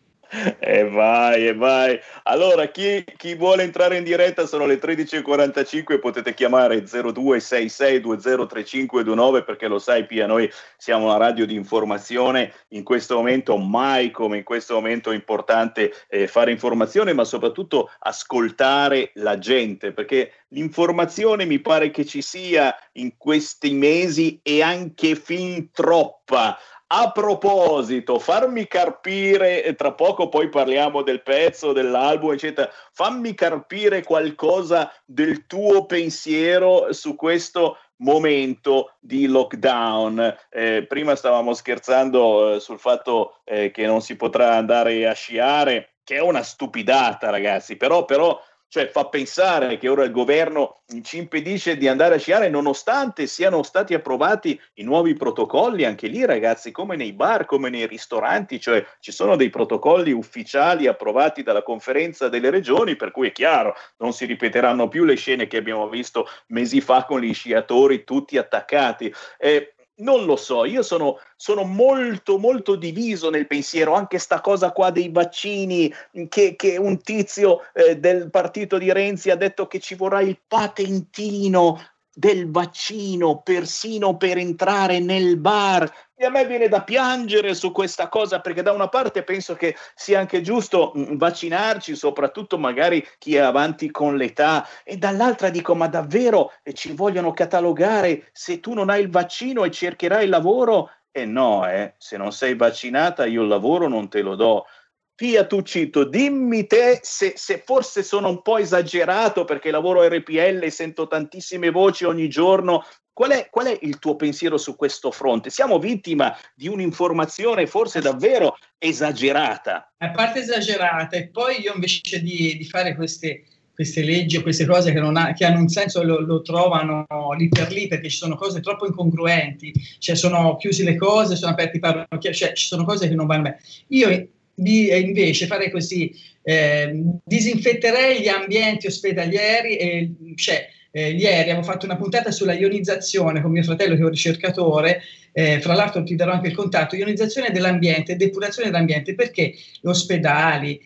E vai, e vai. Allora, chi, chi vuole entrare in diretta sono le tredici e quarantacinque, potete chiamare zero due sei sei due zero tre cinque due nove, perché lo sai Pia, noi siamo una radio di informazione, in questo momento mai come in questo momento è importante eh, fare informazione, ma soprattutto ascoltare la gente, perché l'informazione mi pare che ci sia in questi mesi e anche fin troppa. A proposito, farmi carpire, tra poco poi parliamo del pezzo, dell'album, eccetera, fammi carpire qualcosa del tuo pensiero su questo momento di lockdown. Eh, prima stavamo scherzando eh, sul fatto eh, che non si potrà andare a sciare, che è una stupidata, ragazzi, però, però cioè fa pensare che ora il governo ci impedisce di andare a sciare nonostante siano stati approvati i nuovi protocolli, anche lì ragazzi, come nei bar, come nei ristoranti, cioè ci sono dei protocolli ufficiali approvati dalla conferenza delle regioni, per cui è chiaro, non si ripeteranno più le scene che abbiamo visto mesi fa con gli sciatori tutti attaccati. Eh, Non lo so, io sono, sono molto molto diviso nel pensiero, anche sta cosa qua dei vaccini, che, che un tizio eh, del partito di Renzi ha detto che ci vorrà il patentino del vaccino persino per entrare nel bar, e a me viene da piangere su questa cosa, perché da una parte penso che sia anche giusto mh, vaccinarci, soprattutto magari chi è avanti con l'età, e dall'altra dico ma davvero eh, ci vogliono catalogare se tu non hai il vaccino e cercherai il lavoro? E eh no, eh, se non sei vaccinata io il lavoro non te lo do. Pia Tuccitto, dimmi te se, se forse sono un po' esagerato, perché lavoro a R P L e sento tantissime voci ogni giorno. Qual è, qual è il tuo pensiero su questo fronte? Siamo vittima di un'informazione forse davvero esagerata. A parte esagerata, e poi io invece di, di fare queste, queste leggi o queste cose che, non ha, che hanno un senso, lo, lo trovano lì per lì, perché ci sono cose troppo incongruenti, cioè sono chiusi le cose, sono aperti i parrocchiari, cioè ci sono cose che non vanno bene. Io di, invece farei così, eh, disinfetterei gli ambienti ospedalieri, e, cioè, Eh, ieri abbiamo fatto una puntata sulla ionizzazione con mio fratello che è un ricercatore, eh, fra l'altro ti darò anche il contatto, ionizzazione dell'ambiente, depurazione dell'ambiente, perché gli ospedali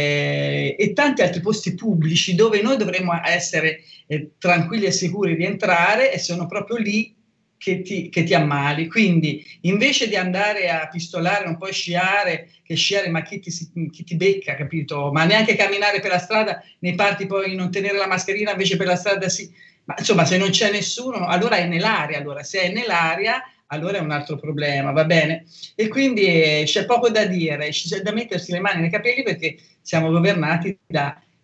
eh, e tanti altri posti pubblici dove noi dovremmo essere eh, tranquilli e sicuri di entrare, e sono proprio lì che ti, che ti ammali. Quindi invece di andare a pistolare, non puoi sciare, che sciare ma chi ti, chi ti becca, capito? Ma neanche camminare per la strada, nei parti poi non tenere la mascherina, invece per la strada sì. Ma insomma, se non c'è nessuno, allora è nell'aria, allora se è nell'aria allora è un altro problema, va bene? E quindi eh, c'è poco da dire, c'è da mettersi le mani nei capelli, perché siamo governati da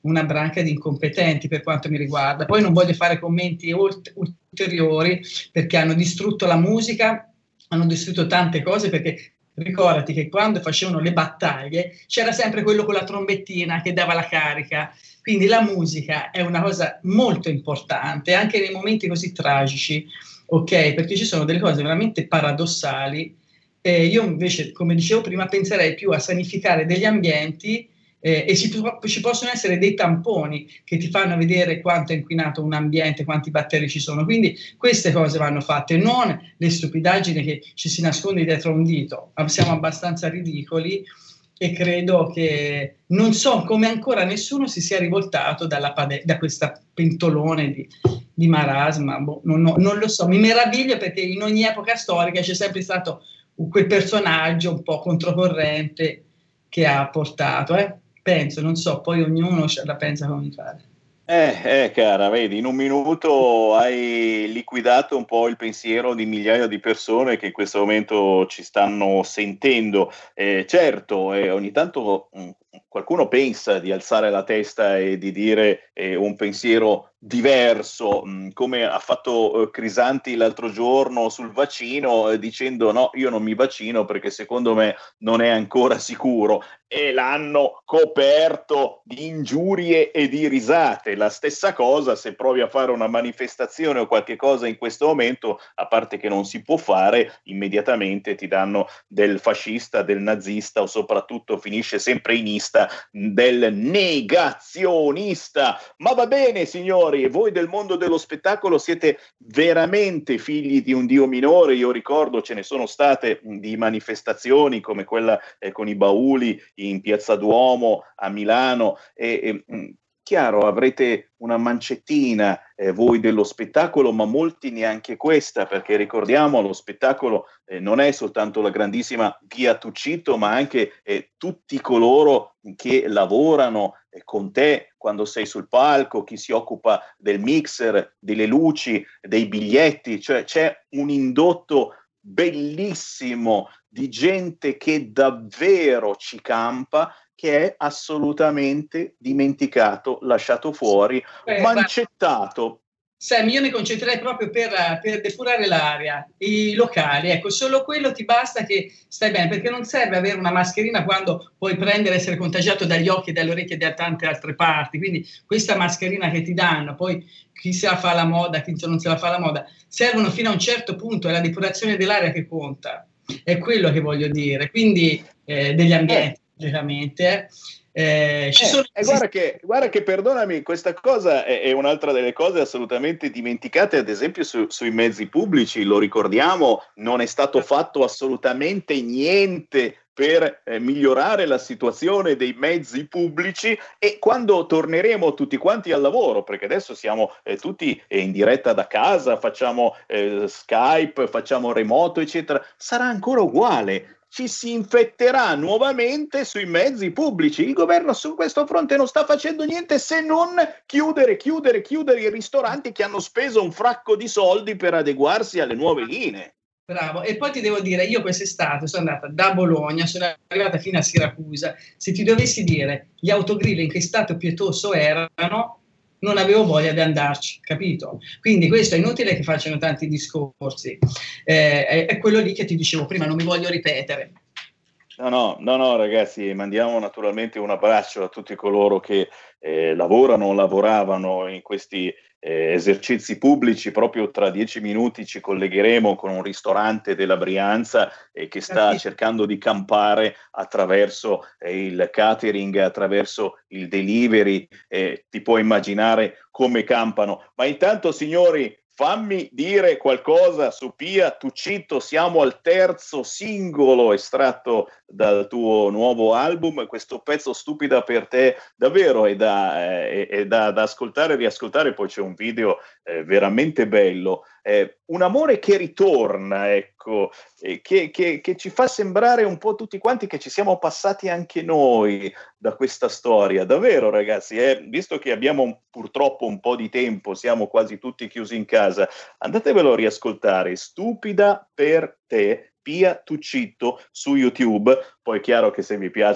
una branca di incompetenti per quanto mi riguarda. Poi non voglio fare commenti ult- ulteriori perché hanno distrutto la musica, hanno distrutto tante cose, perché ricordati che quando facevano le battaglie c'era sempre quello con la trombettina che dava la carica, quindi la musica è una cosa molto importante anche nei momenti così tragici, ok? Perché ci sono delle cose veramente paradossali. Eh, io invece, come dicevo prima, penserei più a sanificare degli ambienti. Eh, e ci, ci possono essere dei tamponi che ti fanno vedere quanto è inquinato un ambiente, quanti batteri ci sono, quindi queste cose vanno fatte, non le stupidaggini che ci si nasconde dietro un dito. Siamo abbastanza ridicoli e credo che non so come ancora nessuno si sia rivoltato dalla pade- da questa pentolone di, di marasma, boh, non, non, non lo so, mi meraviglio perché in ogni epoca storica c'è sempre stato quel personaggio un po' controcorrente che ha portato, eh? Penso, non so, poi ognuno la pensa come fare. Eh, eh, cara, vedi, in un minuto hai liquidato un po' il pensiero di migliaia di persone che in questo momento ci stanno sentendo. Eh, certo, eh, ogni tanto mh, qualcuno pensa di alzare la testa e di dire eh, un pensiero diverso, mh, come ha fatto eh, Crisanti l'altro giorno sul vaccino, eh, dicendo no, io non mi vaccino perché secondo me non è ancora sicuro, e l'hanno coperto di ingiurie e di risate. La stessa cosa se provi a fare una manifestazione o qualche cosa in questo momento, a parte che non si può fare, immediatamente ti danno del fascista, del nazista o soprattutto finisce sempre in ista del negazionista. Ma va bene signori, voi del mondo dello spettacolo siete veramente figli di un dio minore. Io ricordo ce ne sono state di manifestazioni come quella eh, con i bauli in Piazza Duomo a Milano e, e mh, chiaro, avrete una mancettina eh, voi dello spettacolo, ma molti neanche questa, perché ricordiamo lo spettacolo eh, non è soltanto la grandissima Pia Tuccitto, ma anche eh, tutti coloro che lavorano eh, con te quando sei sul palco, chi si occupa del mixer, delle luci, dei biglietti, cioè c'è un indotto bellissimo di gente che davvero ci campa, che è assolutamente dimenticato, lasciato fuori, eh, mancettato. Sam, io mi concentrerei proprio per, per depurare l'aria, i locali, ecco, solo quello ti basta che stai bene, perché non serve avere una mascherina quando puoi prendere, essere contagiato dagli occhi, dalle orecchie e da tante altre parti, quindi questa mascherina che ti danno, poi chi se la fa la moda, chi non se la fa la moda, servono fino a un certo punto, è la depurazione dell'aria che conta, è quello che voglio dire, quindi eh, degli ambienti, logicamente, eh, ci eh, sono... E guarda che, guarda che, perdonami, questa cosa è, è un'altra delle cose assolutamente dimenticate, ad esempio su, sui mezzi pubblici, lo ricordiamo, non è stato fatto assolutamente niente per eh, migliorare la situazione dei mezzi pubblici, e quando torneremo tutti quanti al lavoro, perché adesso siamo eh, tutti eh, in diretta da casa, facciamo eh, Skype, facciamo remoto, eccetera, sarà ancora uguale. Ci si infetterà nuovamente sui mezzi pubblici. Il governo su questo fronte non sta facendo niente se non chiudere, chiudere, chiudere i ristoranti che hanno speso un fracco di soldi per adeguarsi alle nuove linee. Bravo, e poi ti devo dire, io quest'estate sono andata da Bologna, sono arrivata fino a Siracusa, se ti dovessi dire gli autogrill in che stato pietoso erano, non avevo voglia di andarci, capito? Quindi questo è inutile che facciano tanti discorsi, eh, è, è quello lì che ti dicevo prima, non mi voglio ripetere. No, no, no, no, ragazzi, mandiamo naturalmente un abbraccio a tutti coloro che eh, lavorano o lavoravano in questi eh, esercizi pubblici. Proprio tra dieci minuti ci collegheremo con un ristorante della Brianza eh, che sta sì. cercando di campare attraverso eh, il catering, attraverso il delivery. Eh, ti puoi immaginare come campano. Ma intanto, signori, fammi dire qualcosa su Pia Tuccitto. Siamo al terzo singolo estratto dal tuo nuovo album. Questo pezzo Stupida per te davvero è da, eh, è da, da ascoltare e riascoltare. Poi c'è un video eh, veramente bello. Eh, un amore che ritorna, ecco, eh, che, che, che ci fa sembrare un po' tutti quanti che ci siamo passati anche noi da questa storia. Davvero, ragazzi, eh, visto che abbiamo purtroppo un po' di tempo, siamo quasi tutti chiusi in casa, andatevelo a riascoltare. Stupida per te, Pia Tuccitto, su YouTube. Poi è chiaro che se vi piace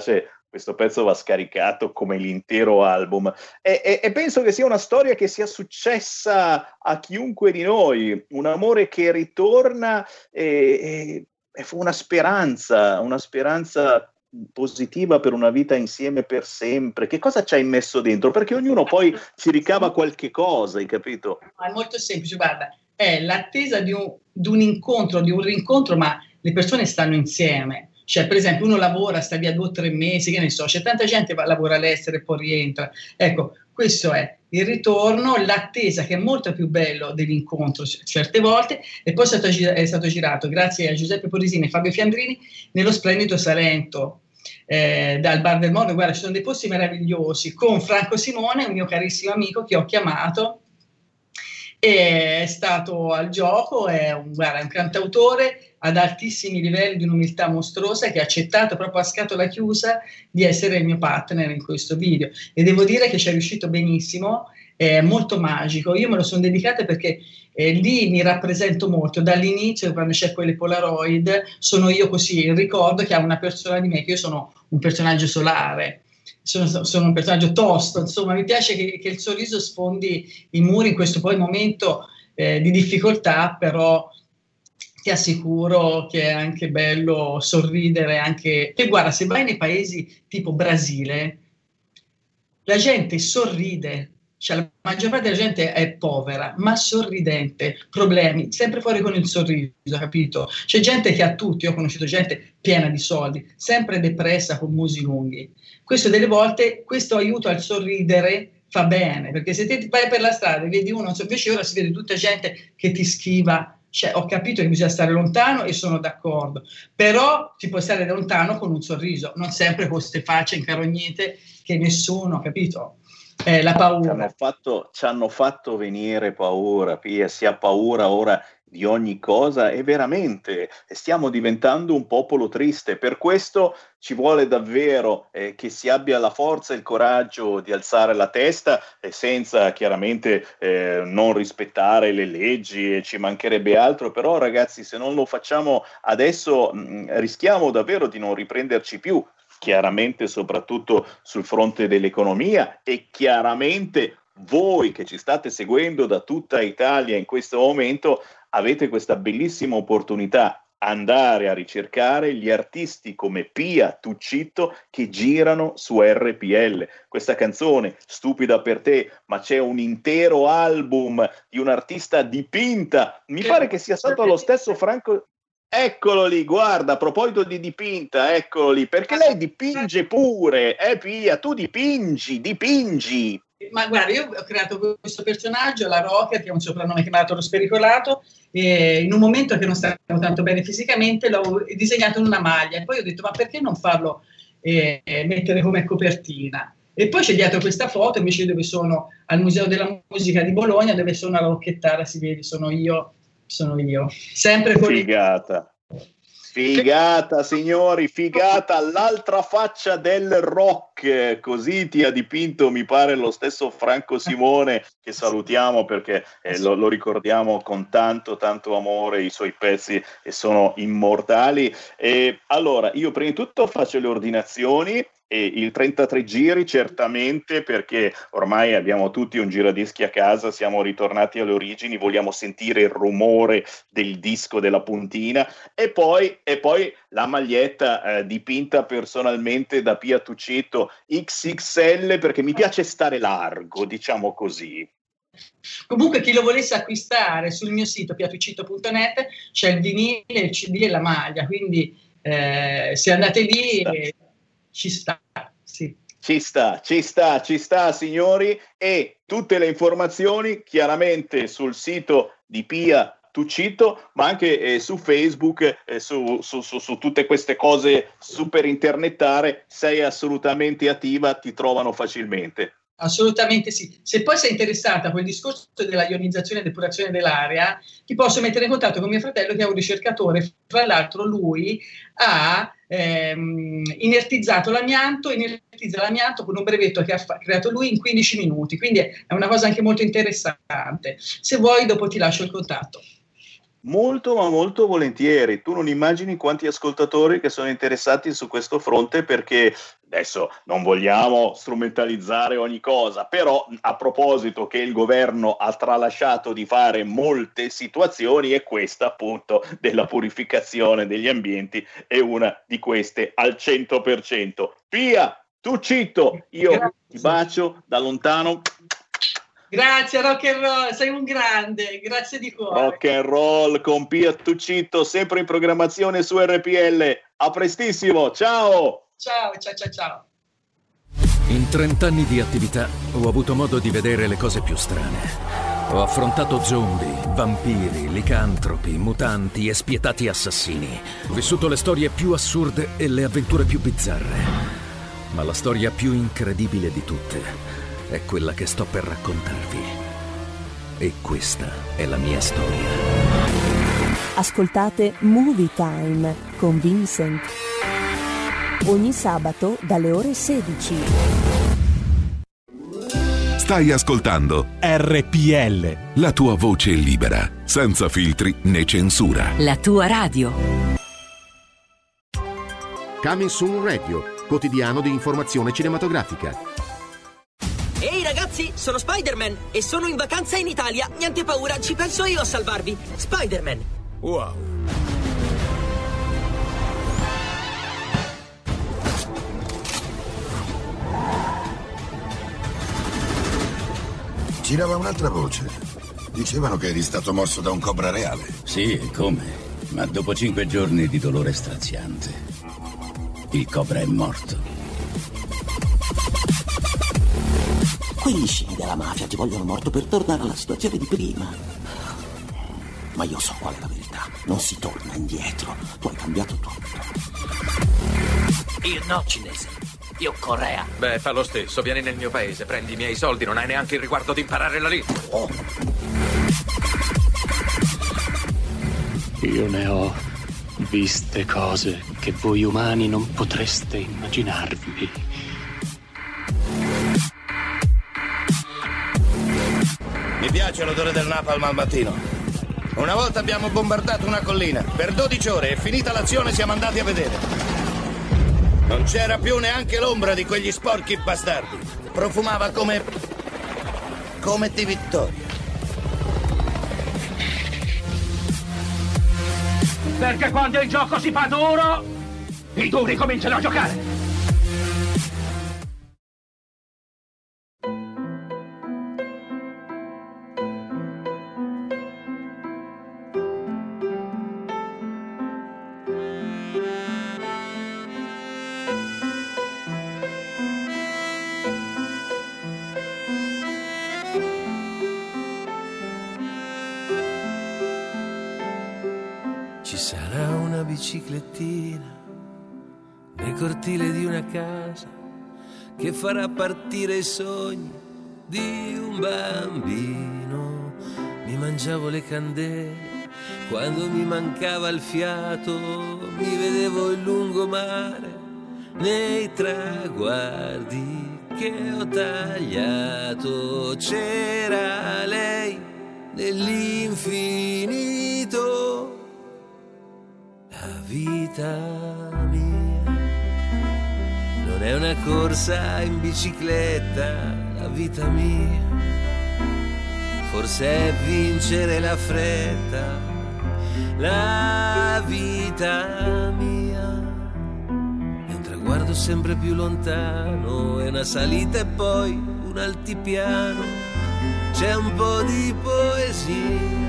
questo pezzo va scaricato come l'intero album e, e, e penso che sia una storia che sia successa a chiunque di noi, un amore che ritorna e, e, e fu una speranza, una speranza positiva per una vita insieme per sempre. Che cosa ci hai messo dentro? Perché ognuno poi ci ricava qualche cosa, hai capito? È molto semplice, guarda, è l'attesa di un, di un incontro, di un rincontro, ma le persone stanno insieme. Cioè, per esempio, uno lavora, sta via due o tre mesi, che ne so, c'è tanta gente che lavora all'estero e poi rientra. Ecco, questo è il ritorno, l'attesa, che è molto più bello dell'incontro certe volte, e poi è stato, è stato girato, grazie a Giuseppe Polisini e Fabio Fiandrini, nello splendido Salento, eh, dal Bar del Mondo. Guarda, ci sono dei posti meravigliosi, con Franco Simone, un mio carissimo amico che ho chiamato, è stato al gioco, è un, guarda, è un cantautore ad altissimi livelli di un'umiltà mostruosa, che ha accettato proprio a scatola chiusa di essere il mio partner in questo video, e devo dire che ci è riuscito benissimo, è molto magico. Io me lo sono dedicata perché eh, lì mi rappresento molto, dall'inizio, quando c'è quelle Polaroid, sono io così, il ricordo che ha una persona di me, che io sono un personaggio solare, sono, sono un personaggio tosto, insomma mi piace che, che il sorriso sfondi i muri in questo poi momento eh, di difficoltà, però ti assicuro che è anche bello sorridere, anche, che guarda, se vai nei paesi tipo Brasile, la gente sorride, cioè la maggior parte della gente è povera, ma sorridente, problemi, sempre fuori con il sorriso, capito? C'è gente che ha tutti, io ho conosciuto gente piena di soldi, sempre depressa con musi lunghi. Questo delle volte, questo aiuto al sorridere fa bene, perché se te vai per la strada e vedi uno, invece ora si vede tutta gente che ti schiva. Cioè, ho capito che bisogna stare lontano e sono d'accordo, però ti puoi stare lontano con un sorriso, non sempre con queste facce incarognite che nessuno, capito? Eh, la paura. Ci hanno fatto, ci hanno fatto venire paura, Pia, si ha paura ora di ogni cosa e veramente stiamo diventando un popolo triste. Per questo ci vuole davvero eh, che si abbia la forza e il coraggio di alzare la testa e senza chiaramente eh, non rispettare le leggi, e ci mancherebbe altro, però ragazzi, se non lo facciamo adesso mh, rischiamo davvero di non riprenderci più, chiaramente soprattutto sul fronte dell'economia, e chiaramente voi che ci state seguendo da tutta Italia in questo momento avete questa bellissima opportunità: andare a ricercare gli artisti come Pia Tuccitto che girano su R P L. Questa canzone, Stupida per te, ma c'è un intero album di un artista dipinta, mi pare che sia stato lo stesso Franco. Eccolo lì, guarda, a proposito di dipinta, eccolo lì, perché lei dipinge pure, eh Pia, tu dipingi, dipingi. Ma guarda, io ho creato questo personaggio, la Rocker, che è un soprannome chiamato Lo Spericolato, e in un momento che non stavo tanto bene fisicamente l'ho disegnato in una maglia, e poi ho detto ma perché non farlo eh, mettere come copertina? E poi c'è dietro questa foto invece dove sono al Museo della Musica di Bologna, dove sono alla Rocchettara, si vede, sono io, sono io, sempre con figata. Figata, signori, figata, l'altra faccia del rock, così ti ha dipinto, mi pare, lo stesso Franco Simone, che salutiamo perché eh, lo, lo ricordiamo con tanto, tanto amore, i suoi pezzi e sono immortali. E allora, io prima di tutto faccio le ordinazioni, e il trentatré giri certamente, perché ormai abbiamo tutti un giradischi a casa, siamo ritornati alle origini, vogliamo sentire il rumore del disco della puntina, e poi, e poi la maglietta eh, dipinta personalmente da Pia Tuccitto X X L, perché mi piace stare largo, diciamo così. Comunque chi lo volesse acquistare sul mio sito piatuccitto punto net c'è il vinile, il C D e la maglia, quindi eh, se andate lì... Eh, ci sta, sì. Ci sta, ci sta, ci sta, signori, e tutte le informazioni chiaramente sul sito di Pia Tuccitto, ma anche eh, su Facebook, eh, su, su, su, su tutte queste cose super internettare. Sei assolutamente attiva, ti trovano facilmente. Assolutamente sì. Se poi sei interessata a quel discorso della ionizzazione e depurazione dell'aria, ti posso mettere in contatto con mio fratello, che è un ricercatore. Tra l'altro lui ha ehm, inertizzato l'amianto, inertizza l'amianto con un brevetto che ha fa- creato lui in quindici minuti, quindi è una cosa anche molto interessante. Se vuoi dopo ti lascio il contatto. Molto ma molto volentieri. Tu non immagini quanti ascoltatori che sono interessati su questo fronte, perché adesso non vogliamo strumentalizzare ogni cosa, però a proposito che il governo ha tralasciato di fare molte situazioni, e questa appunto della purificazione degli ambienti è una di queste al cento per cento. Pia, Tuccito, io Grazie. Ti bacio da lontano. Grazie Rock and Roll, sei un grande, grazie di cuore. Rock and Roll con Pia Tuccito, sempre in programmazione su R P L. A prestissimo, ciao! Ciao, ciao, ciao, ciao. In trent'anni di attività ho avuto modo di vedere le cose più strane. Ho affrontato zombie, vampiri, licantropi, mutanti e spietati assassini. Ho vissuto le storie più assurde e le avventure più bizzarre. Ma la storia più incredibile di tutte è quella che sto per raccontarvi. E questa è la mia storia. Ascoltate Movie Time con Vincent. Ogni sabato dalle ore sedici. Stai ascoltando R P L, la tua voce libera, senza filtri né censura. La tua radio. Coming Soon Radio, quotidiano di informazione cinematografica. Ehi ragazzi, sono Spider-Man e sono in vacanza in Italia. Niente paura, ci penso io a salvarvi. Spider-Man. Wow. Girava un'altra voce. Dicevano che eri stato morso da un cobra reale. Sì, e come? Ma dopo cinque giorni di dolore straziante, il cobra è morto. Quegli scimi della mafia ti vogliono morto per tornare alla situazione di prima. Ma io so qual è la verità. Non si torna indietro. Tu hai cambiato tutto. Io no, cinese. Io Corea. Beh, fa lo stesso. Vieni nel mio paese, prendi i miei soldi, non hai neanche il riguardo di imparare la lingua. Oh. Io ne ho viste cose che voi umani non potreste immaginarvi. Mi piace l'odore del napalm al mattino. Una volta abbiamo bombardato una collina. Per dodici ore e finita l'azione siamo andati a vedere. Non c'era più neanche l'ombra di quegli sporchi bastardi. Profumava come... come di vittoria. Perché quando il gioco si fa duro, i duri cominciano a giocare. Biciclettina nel cortile di una casa che farà partire i sogni di un bambino. Mi mangiavo le candele quando mi mancava il fiato, mi vedevo il lungomare nei traguardi che ho tagliato. C'era lei nell'infinito. La vita mia non è una corsa in bicicletta, la vita mia forse è vincere la fretta, la vita mia è un traguardo sempre più lontano, è una salita e poi un altipiano, c'è un po' di poesia.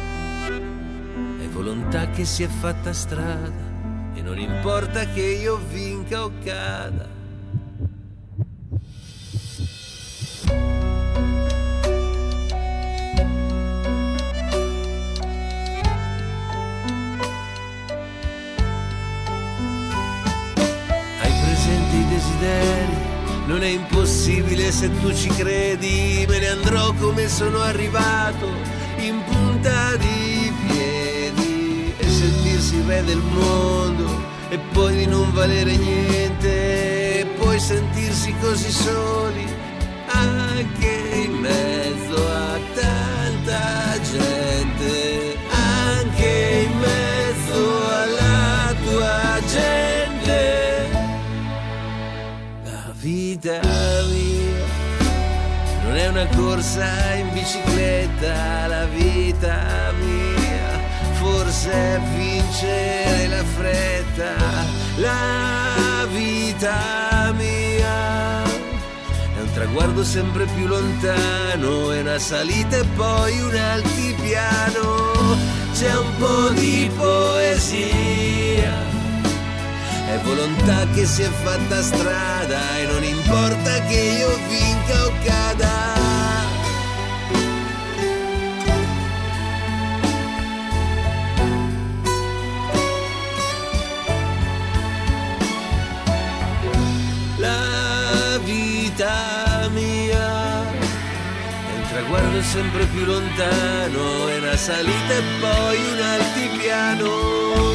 Volontà che si è fatta strada e non importa che io vinca o cada. Hai presente i desideri? Non è impossibile se tu ci credi. Me ne andrò come sono arrivato, in punta di piedi. Sentirsi re del mondo e poi di non valere niente, e poi sentirsi così soli anche in mezzo a tanta gente, anche una corsa in bicicletta, la vita mia forse è vincere la fretta, la vita mia è un traguardo sempre più lontano, è una salita e poi un altipiano, c'è un po' di poesia, è volontà che si è fatta strada e non importa che io vinca o cada. La vita mia è un traguardo sempre più lontano, è una salita e poi un altipiano.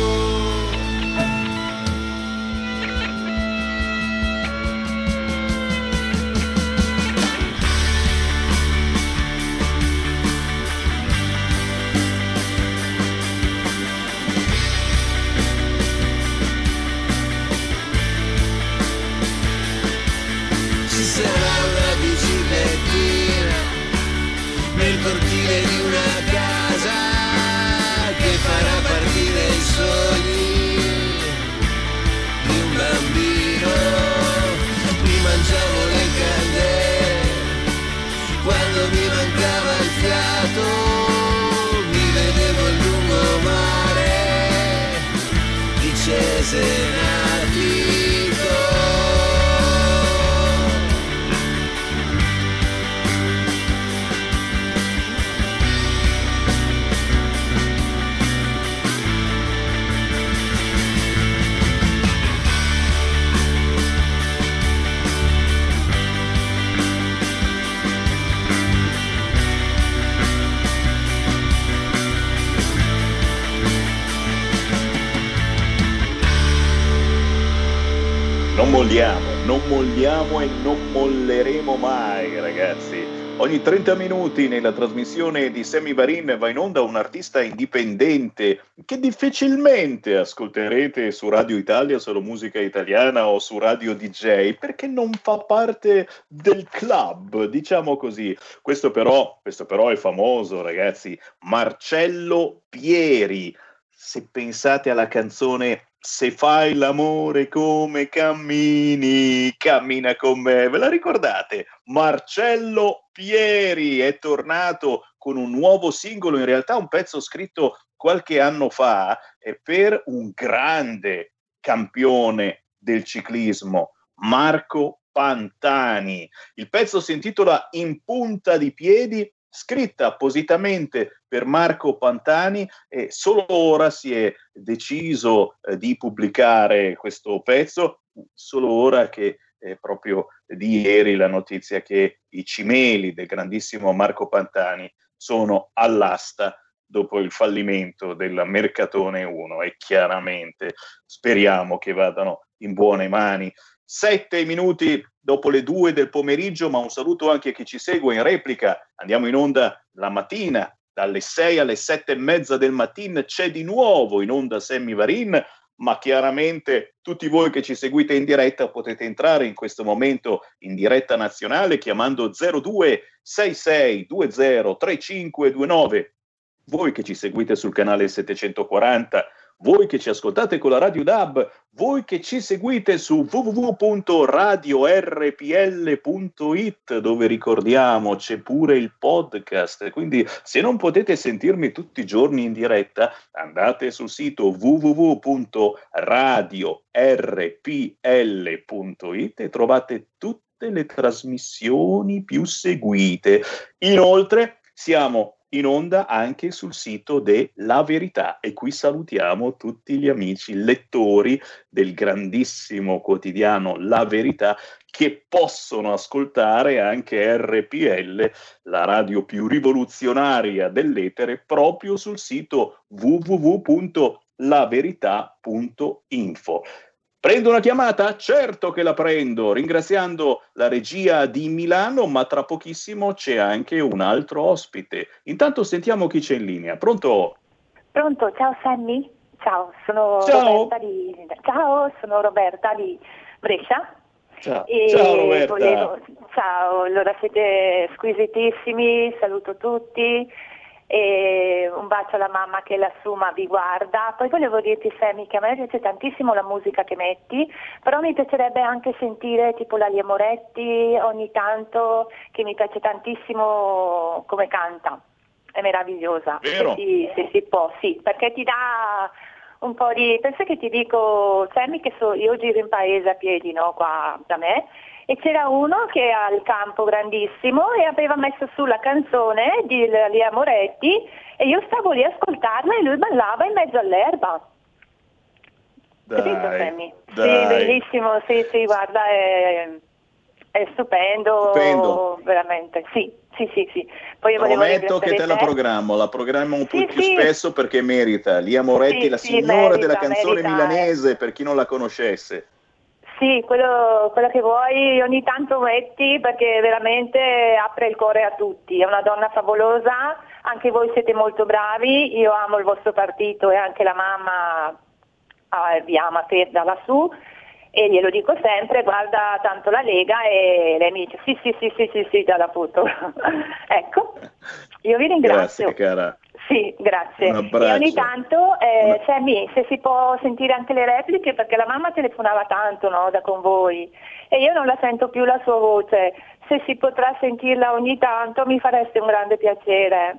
Nel cortile di una casa che farà partire i sogni di un bambino. Mi mangiavo le candele quando mi mancava il fiato, mi vedevo il lungomare di Cesenatico. Non molliamo, non molliamo e non molleremo mai, ragazzi. Ogni trenta minuti nella trasmissione di Sammy Varin va in onda un artista indipendente che difficilmente ascolterete su Radio Italia, Solo Musica Italiana o su Radio D J, perché non fa parte del club, diciamo così. Questo però, questo però è famoso, ragazzi. Marcello Pieri. Se pensate alla canzone Se fai l'amore come cammini, cammina con me, ve la ricordate? Marcello Pieri è tornato con un nuovo singolo, in realtà un pezzo scritto qualche anno fa eh, per un grande campione del ciclismo, Marco Pantani. Il pezzo si intitola In punta di piedi, scritta appositamente per Marco Pantani, e solo ora si è deciso eh, di pubblicare questo pezzo, solo ora che eh, proprio di ieri la notizia che i cimeli del grandissimo Marco Pantani sono all'asta dopo il fallimento della Mercatone uno, e chiaramente speriamo che vadano in buone mani. Sette minuti dopo le due del pomeriggio, ma un saluto anche a chi ci segue in replica. Andiamo in onda la mattina, dalle sei alle sette e mezza del mattino c'è di nuovo in onda Sammy Varin, ma chiaramente tutti voi che ci seguite in diretta potete entrare in questo momento in diretta nazionale chiamando zero due sei sei due zero tre cinque due nove. Voi che ci seguite sul canale settecentoquaranta, voi che ci ascoltate con la Radio D A B, voi che ci seguite su w w w punto radio r p l punto i t, dove ricordiamo c'è pure il podcast, quindi se non potete sentirmi tutti i giorni in diretta andate sul sito w w w punto radio r p l punto i t e trovate tutte le trasmissioni più seguite. Inoltre siamo in onda anche sul sito de La Verità, e qui salutiamo tutti gli amici lettori del grandissimo quotidiano La Verità, che possono ascoltare anche R P L, la radio più rivoluzionaria dell'etere, proprio sul sito w w w punto la verità punto info. Prendo una chiamata? Certo che la prendo, ringraziando la regia di Milano, ma tra pochissimo c'è anche un altro ospite. Intanto sentiamo chi c'è in linea. Pronto? Pronto, ciao Sammy. Ciao, sono Ciao. Roberta di Ciao, sono Roberta di Brescia. Ciao, E ciao Roberta. volevo- ciao, allora siete squisitissimi, saluto tutti e un bacio alla mamma che lassù ma vi guarda. Poi volevo dirti, Sammy, che a me piace tantissimo la musica che metti, però mi piacerebbe anche sentire tipo la Lia Moretti ogni tanto, che mi piace tantissimo come canta, è meravigliosa. Vero? Se si, se si può, sì, perché ti dà un po' di... Pensa che ti dico, Sammy, che so, io giro in paese a piedi, no, qua da me, e c'era uno che ha il campo grandissimo e aveva messo su la canzone di Lia Moretti e io stavo lì a ascoltarla e lui ballava in mezzo all'erba. Capito, Sammy? Sì, dai. bellissimo, sì, sì, guarda, è, è stupendo, Stupendo. veramente, sì, sì, sì, sì. Poi io volevo Prometto che te la ringraziare te. programmo, la programmo un po' Sì, più sì. spesso perché merita. Lia Moretti, Sì, la sì, signora merita, della canzone merita, milanese, per chi non la conoscesse. Sì, quello, quello che vuoi ogni tanto metti perché veramente apre il cuore a tutti, è una donna favolosa, anche voi siete molto bravi, io amo il vostro partito e anche la mamma ah, vi ama te da lassù e glielo dico sempre, guarda tanto la Lega e lei mi dice sì sì sì sì sì, sì già la foto. Ecco, io vi ringrazio. Grazie cara. Sì, grazie. Un abbraccio. E ogni tanto, eh, Sammy, se si può sentire anche le repliche, perché la mamma telefonava tanto, no, da con voi, e io non la sento più la sua voce. Se si potrà sentirla ogni tanto mi fareste un grande piacere.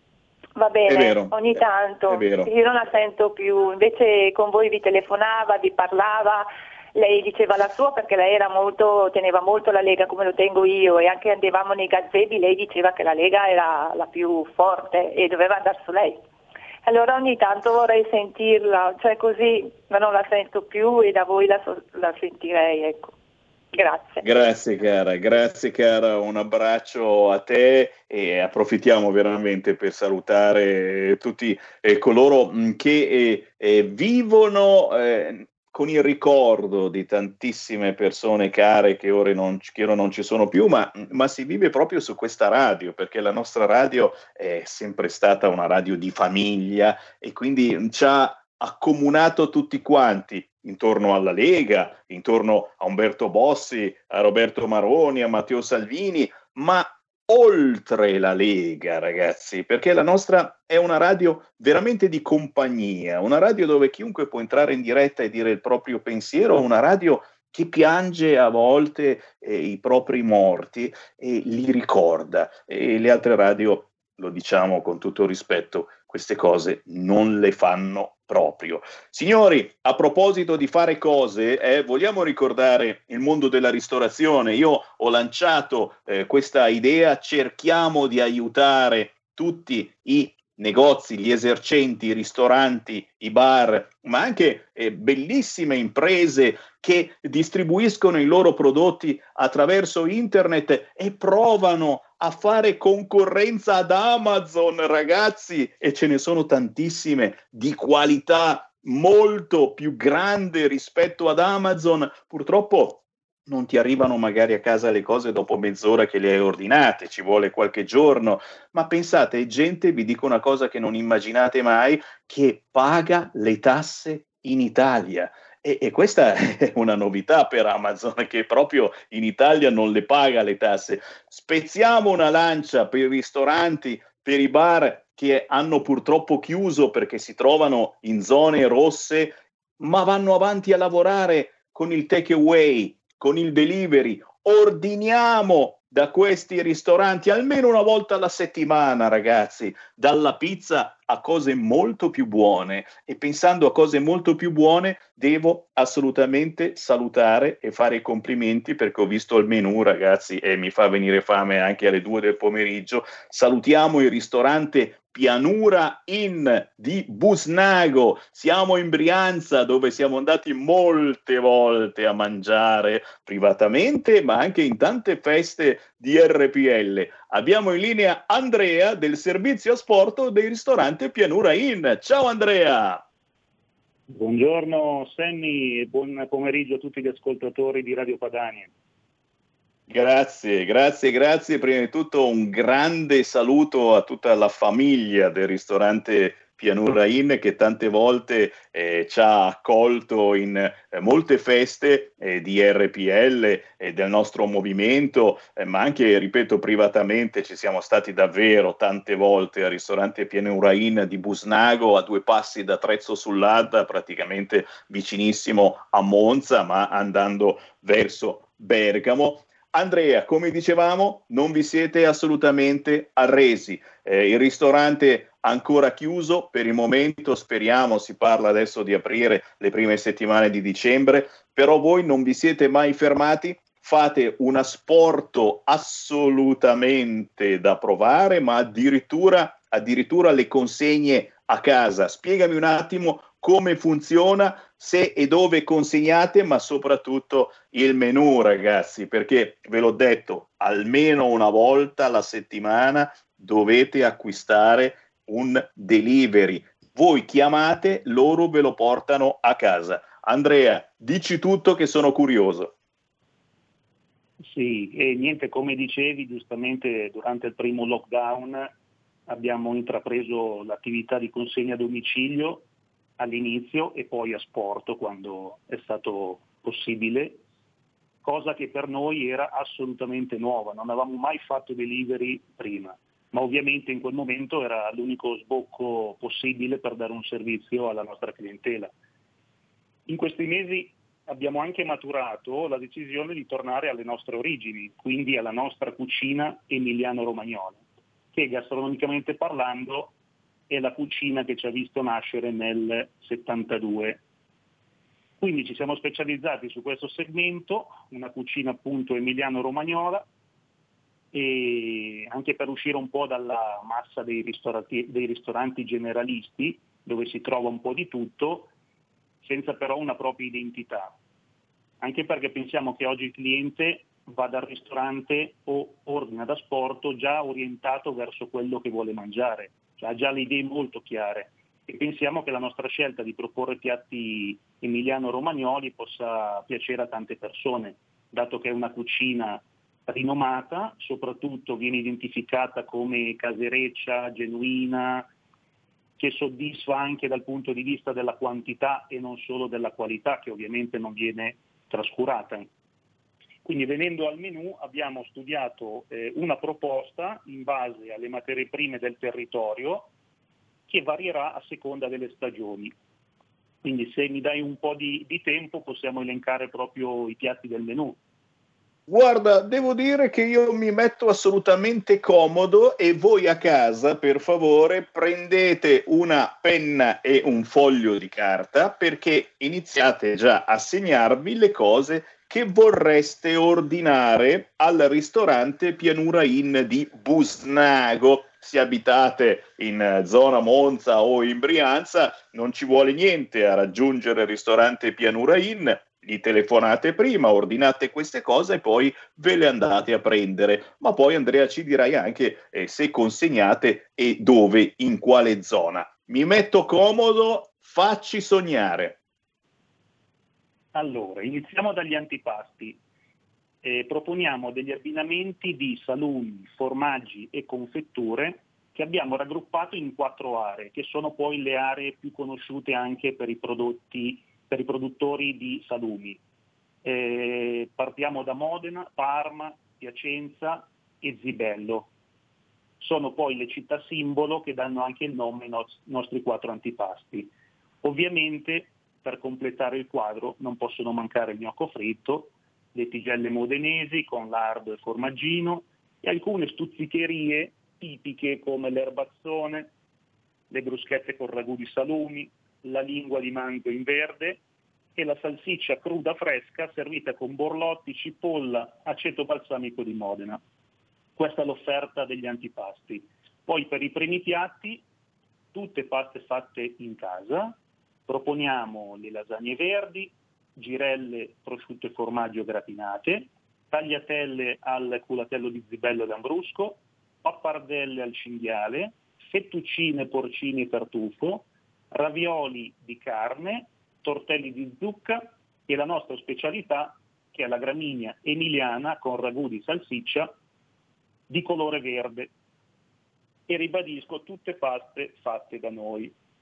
Va bene, È vero, ogni tanto. è vero. Io non la sento più, invece con voi vi telefonava, vi parlava, lei diceva la sua perché lei era molto, teneva molto la Lega come lo tengo io e anche andavamo nei gazebi, lei diceva che la Lega era la più forte e doveva andare su lei. Allora ogni tanto vorrei sentirla, cioè così, ma non la sento più e da voi la, so- la sentirei, ecco. Grazie. Grazie cara, grazie cara, un abbraccio a te e approfittiamo veramente per salutare tutti eh, coloro mh, che eh, eh, vivono eh, con il ricordo di tantissime persone care che ora non, che ora non ci sono più, ma, ma si vive proprio su questa radio, perché la nostra radio è sempre stata una radio di famiglia e quindi ci ha accomunato tutti quanti intorno alla Lega, intorno a Umberto Bossi, a Roberto Maroni, a Matteo Salvini, ma oltre la Lega, ragazzi, perché la nostra è una radio veramente di compagnia, una radio dove chiunque può entrare in diretta e dire il proprio pensiero, una radio che piange a volte eh, i propri morti e li ricorda. E le altre radio, lo diciamo con tutto rispetto, queste cose non le fanno proprio. Signori, a proposito di fare cose, eh, vogliamo ricordare il mondo della ristorazione. Io ho lanciato eh, questa idea, cerchiamo di aiutare tutti i negozi, gli esercenti, i ristoranti, i bar, ma anche eh, bellissime imprese che distribuiscono i loro prodotti attraverso internet e provano a fare concorrenza ad Amazon, ragazzi, e ce ne sono tantissime di qualità molto più grande rispetto ad Amazon. Purtroppo non ti arrivano magari a casa le cose dopo mezz'ora che le hai ordinate, ci vuole qualche giorno, ma pensate, gente, vi dico una cosa che non immaginate mai, che paga le tasse in Italia. E, e questa è una novità per Amazon, che proprio in Italia non le paga le tasse. Spezziamo una lancia per i ristoranti, per i bar che hanno purtroppo chiuso perché si trovano in zone rosse, ma vanno avanti a lavorare con il take away, con il delivery. Ordiniamo da questi ristoranti almeno una volta alla settimana, ragazzi, dalla pizza a cose molto più buone. E pensando a cose molto più buone, devo assolutamente salutare e fare i complimenti, perché ho visto il menù, ragazzi, e mi fa venire fame anche alle due del pomeriggio. Salutiamo il ristorante Pianura Inn di Busnago. Siamo in Brianza, dove siamo andati molte volte a mangiare privatamente, ma anche in tante feste di R P L. Abbiamo in linea Andrea del servizio asporto del ristorante Pianura Inn. Ciao Andrea! Buongiorno Sammy e buon pomeriggio a tutti gli ascoltatori di Radio Padania. Grazie, grazie, grazie. Prima di tutto un grande saluto a tutta la famiglia del ristorante Pianura Inn, che tante volte eh, ci ha accolto in eh, molte feste eh, di R P L e eh, del nostro movimento, eh, ma anche, ripeto, privatamente ci siamo stati davvero tante volte al ristorante Pianura Inn di Busnago, a due passi da Trezzo sull'Adda, praticamente vicinissimo a Monza, ma andando verso Bergamo. Andrea, come dicevamo, non vi siete assolutamente arresi. Eh, il ristorante ancora chiuso per il momento, speriamo, si parla adesso di aprire le prime settimane di dicembre, però voi non vi siete mai fermati, fate un asporto assolutamente da provare, ma addirittura, addirittura le consegne a casa. Spiegami un attimo come funziona, se e dove consegnate, ma soprattutto il menù, ragazzi, perché ve l'ho detto, almeno una volta alla settimana dovete acquistare un delivery. Voi chiamate, loro ve lo portano a casa. Andrea, dici tutto che sono curioso. Sì, e niente, come dicevi giustamente, durante il primo lockdown abbiamo intrapreso l'attività di consegna a domicilio all'inizio e poi a Sporto quando è stato possibile, cosa che per noi era assolutamente nuova, non avevamo mai fatto delivery prima, ma ovviamente in quel momento era l'unico sbocco possibile per dare un servizio alla nostra clientela. In questi mesi abbiamo anche maturato la decisione di tornare alle nostre origini, quindi alla nostra cucina emiliano-romagnola, che gastronomicamente parlando è la cucina che ci ha visto nascere nel settantadue. Quindi ci siamo specializzati su questo segmento, una cucina appunto emiliano-romagnola, e anche per uscire un po' dalla massa dei ristoranti, dei ristoranti generalisti, dove si trova un po' di tutto, senza però una propria identità. Anche perché pensiamo che oggi il cliente vada al ristorante o ordina da Sporto già orientato verso quello che vuole mangiare, cioè ha già le idee molto chiare, e pensiamo che la nostra scelta di proporre piatti emiliano-romagnoli possa piacere a tante persone, dato che è una cucina rinomata, soprattutto viene identificata come casereccia, genuina, che soddisfa anche dal punto di vista della quantità e non solo della qualità, che ovviamente non viene trascurata. Quindi venendo al menù abbiamo studiato eh, una proposta in base alle materie prime del territorio che varierà a seconda delle stagioni. Quindi se mi dai un po' di, di tempo possiamo elencare proprio i piatti del menù. Guarda, devo dire che io mi metto assolutamente comodo e voi a casa, per favore, prendete una penna e un foglio di carta perché iniziate già a segnarvi le cose che vorreste ordinare al ristorante Pianura Inn di Busnago. Se abitate in zona Monza o in Brianza, non ci vuole niente a raggiungere il ristorante Pianura Inn. Gli telefonate prima, ordinate queste cose e poi ve le andate a prendere. Ma poi Andrea ci dirai anche eh, se consegnate e dove, in quale zona. Mi metto comodo, facci sognare. Allora, iniziamo dagli antipasti. Eh, proponiamo degli abbinamenti di salumi, formaggi e confetture che abbiamo raggruppato in quattro aree, che sono poi le aree più conosciute anche per i prodotti, per i produttori di salumi. Eh, partiamo da Modena, Parma, Piacenza e Zibello. Sono poi le città simbolo che danno anche il nome ai nos- nostri quattro antipasti. Ovviamente, per completare il quadro, non possono mancare il gnocco fritto, le tigelle modenesi con lardo e formaggino e alcune stuzzicherie tipiche come l'erbazzone, le bruschette con ragù di salumi, la lingua di mango in verde e la salsiccia cruda fresca servita con borlotti, cipolla, aceto balsamico di Modena. Questa è l'offerta degli antipasti. Poi per i primi piatti, tutte paste fatte in casa, proponiamo le lasagne verdi, girelle, prosciutto e formaggio gratinate, tagliatelle al culatello di Zibello Lambrusco, pappardelle al cinghiale, fettuccine, porcini e tartufo, ravioli di carne, tortelli di zucca e la nostra specialità che è la gramigna emiliana con ragù di salsiccia di colore verde. E ribadisco, tutte paste fatte da noi.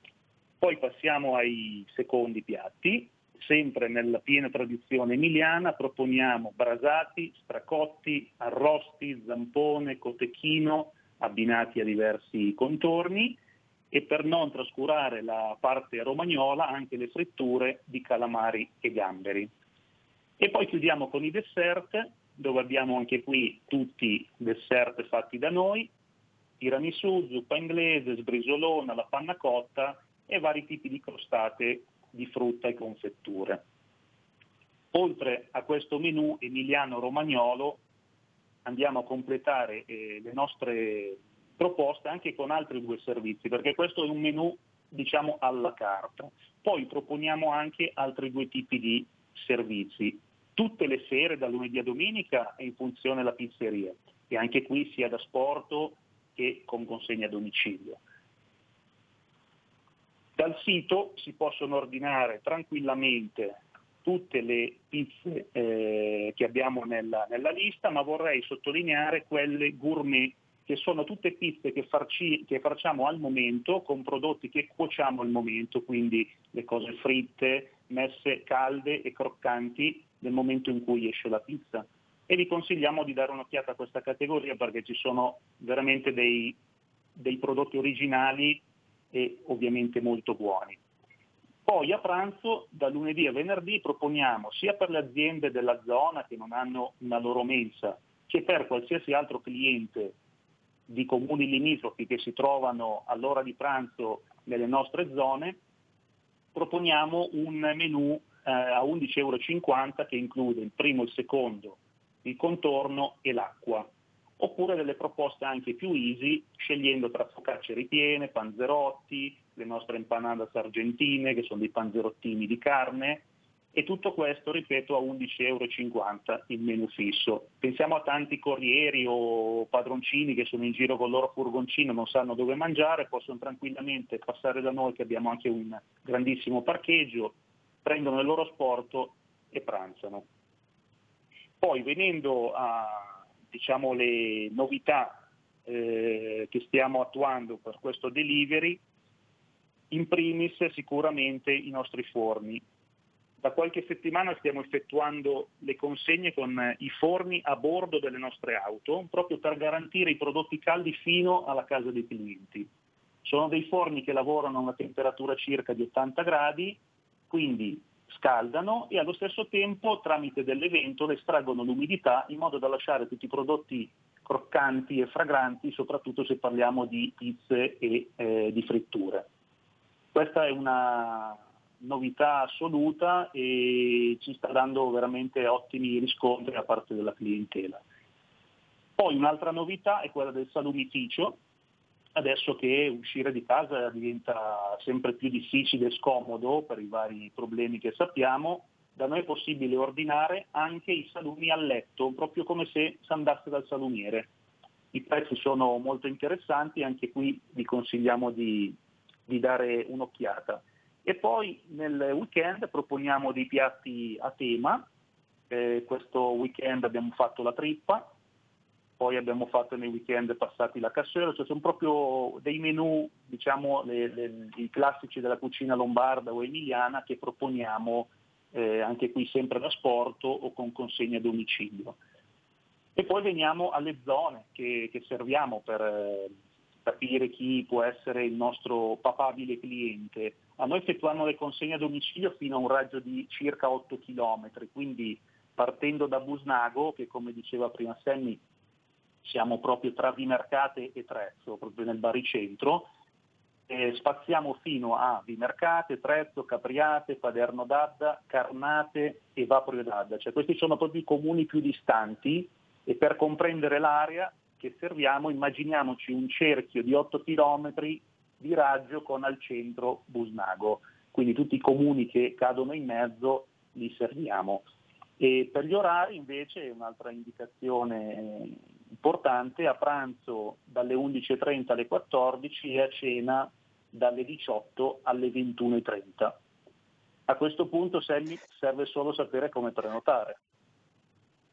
Poi passiamo ai secondi piatti. Sempre nella piena tradizione emiliana proponiamo brasati, stracotti, arrosti, zampone, cotechino abbinati a diversi contorni, e per non trascurare la parte romagnola anche le fritture di calamari e gamberi. E poi chiudiamo con i dessert, dove abbiamo anche qui tutti dessert fatti da noi: tiramisù, zuppa inglese, sbrisolona, la panna cotta e vari tipi di crostate di frutta e confetture. Oltre a questo menù emiliano-romagnolo andiamo a completare eh, le nostre proposte anche con altri due servizi, perché questo è un menù diciamo alla carta. Poi proponiamo anche altri due tipi di servizi. Tutte le sere, da lunedì a domenica, è in funzione la pizzeria, e anche qui sia da sporto che con consegna a domicilio. Dal sito si possono ordinare tranquillamente tutte le pizze eh, che abbiamo nella, nella lista, ma vorrei sottolineare quelle gourmet, che sono tutte pizze che, farci, che facciamo al momento con prodotti che cuociamo al momento, quindi le cose fritte, messe calde e croccanti nel momento in cui esce la pizza. E vi consigliamo di dare un'occhiata a questa categoria, perché ci sono veramente dei, dei prodotti originali e ovviamente molto buoni. Poi a pranzo, da lunedì a venerdì, proponiamo sia per le aziende della zona che non hanno una loro mensa, che per qualsiasi altro cliente di comuni limitrofi che si trovano all'ora di pranzo nelle nostre zone, proponiamo un menù eh, a undici euro e cinquanta che include il primo, il secondo, il contorno e l'acqua. Oppure delle proposte anche più easy, scegliendo tra focacce ripiene, panzerotti, le nostre empanadas argentine, che sono dei panzerottini di carne, e tutto questo, ripeto, a undici euro e cinquanta il menù fisso. Pensiamo a tanti corrieri o padroncini che sono in giro con il loro furgoncino, non sanno dove mangiare, possono tranquillamente passare da noi, che abbiamo anche un grandissimo parcheggio, prendono il loro sporto e pranzano. Poi, venendo a diciamo le novità eh, che stiamo attuando per questo delivery, in primis sicuramente i nostri forni. Da qualche settimana stiamo effettuando le consegne con i forni a bordo delle nostre auto, proprio per garantire i prodotti caldi fino alla casa dei clienti. Sono dei forni che lavorano a una temperatura circa di ottanta gradi, quindi scaldano e allo stesso tempo tramite delle ventole estraggono l'umidità in modo da lasciare tutti i prodotti croccanti e fragranti, soprattutto se parliamo di pizze e eh, di fritture. Questa è una novità assoluta e ci sta dando veramente ottimi riscontri da parte della clientela. Poi un'altra novità è quella del salumificio. Adesso che uscire di casa diventa sempre più difficile e scomodo per i vari problemi che sappiamo, da noi è possibile ordinare anche i salumi a letto, proprio come se si andasse dal salumiere. I prezzi sono molto interessanti, anche qui vi consigliamo di, di dare un'occhiata. E poi nel weekend proponiamo dei piatti a tema. Eh, questo weekend abbiamo fatto la trippa, poi abbiamo fatto nei weekend passati la casseula, cioè sono proprio dei menù, diciamo, le, le, i classici della cucina lombarda o emiliana che proponiamo eh, anche qui sempre da sporto o con consegna a domicilio. E poi veniamo alle zone che, che serviamo per eh, capire chi può essere il nostro papabile cliente. A noi effettuano le consegne a domicilio fino a un raggio di circa otto chilometri, quindi partendo da Busnago, che come diceva prima Sammy, siamo proprio tra Vimercate e Trezzo, proprio nel baricentro, eh, spaziamo fino a Vimercate, Trezzo, Capriate, Paderno d'Adda, Carnate e Vaprio d'Adda, cioè questi sono proprio i comuni più distanti, e per comprendere l'area che serviamo immaginiamoci un cerchio di otto chilometri di raggio con al centro Busnago, quindi tutti i comuni che cadono in mezzo li serviamo. E per gli orari invece un'altra indicazione importante: a pranzo dalle undici e trenta alle quattordici e a cena dalle diciotto alle ventuno e trenta. A questo punto, Sammy, serve solo sapere come prenotare.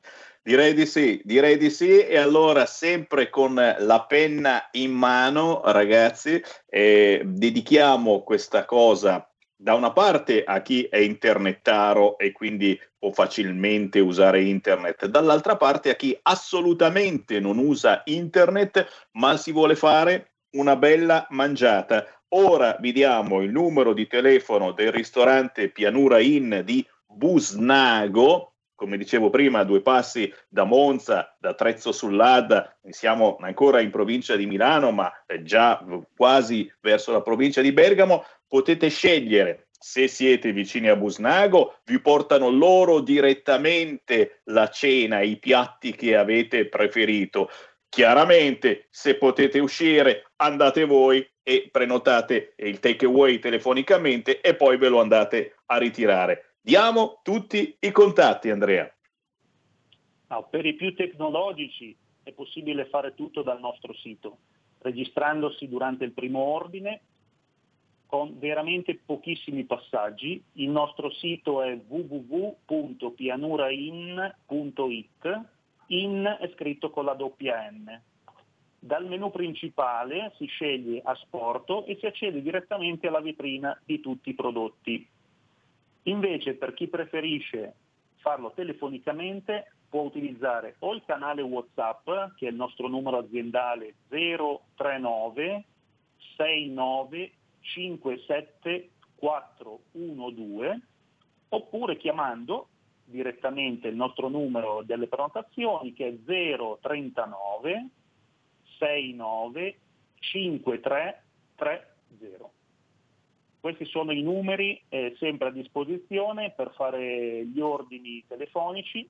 Direi di sì, direi di sì. E allora, sempre con la penna in mano, ragazzi, eh, dedichiamo questa cosa da una parte a chi è internettaro e quindi può facilmente usare internet, dall'altra parte a chi assolutamente non usa internet ma si vuole fare una bella mangiata. Ora vi diamo il numero di telefono del ristorante Pianura Inn di Busnago, come dicevo prima, a due passi da Monza, da Trezzo sull'Adda. Siamo ancora in provincia di Milano, ma già quasi verso la provincia di Bergamo. Potete scegliere, se siete vicini a Busnago, vi portano loro direttamente la cena, i piatti che avete preferito. Chiaramente, se potete uscire, andate voi e prenotate il takeaway telefonicamente e poi ve lo andate a ritirare. Diamo tutti i contatti, Andrea. No, per i più tecnologici è possibile fare tutto dal nostro sito, registrandosi durante il primo ordine con veramente pochissimi passaggi. Il nostro sito è w w w punto pianurainn punto i t, in è scritto con la doppia N. Dal menu principale si sceglie Asporto e si accede direttamente alla vetrina di tutti i prodotti. Invece, per chi preferisce farlo telefonicamente, può utilizzare o il canale WhatsApp, che è il nostro numero aziendale zero tre nove sei nove cinque sette quattro uno due, oppure chiamando direttamente il nostro numero delle prenotazioni, che è zero trentanove sei nove cinque tre tre zero. Questi sono i numeri eh, sempre a disposizione per fare gli ordini telefonici.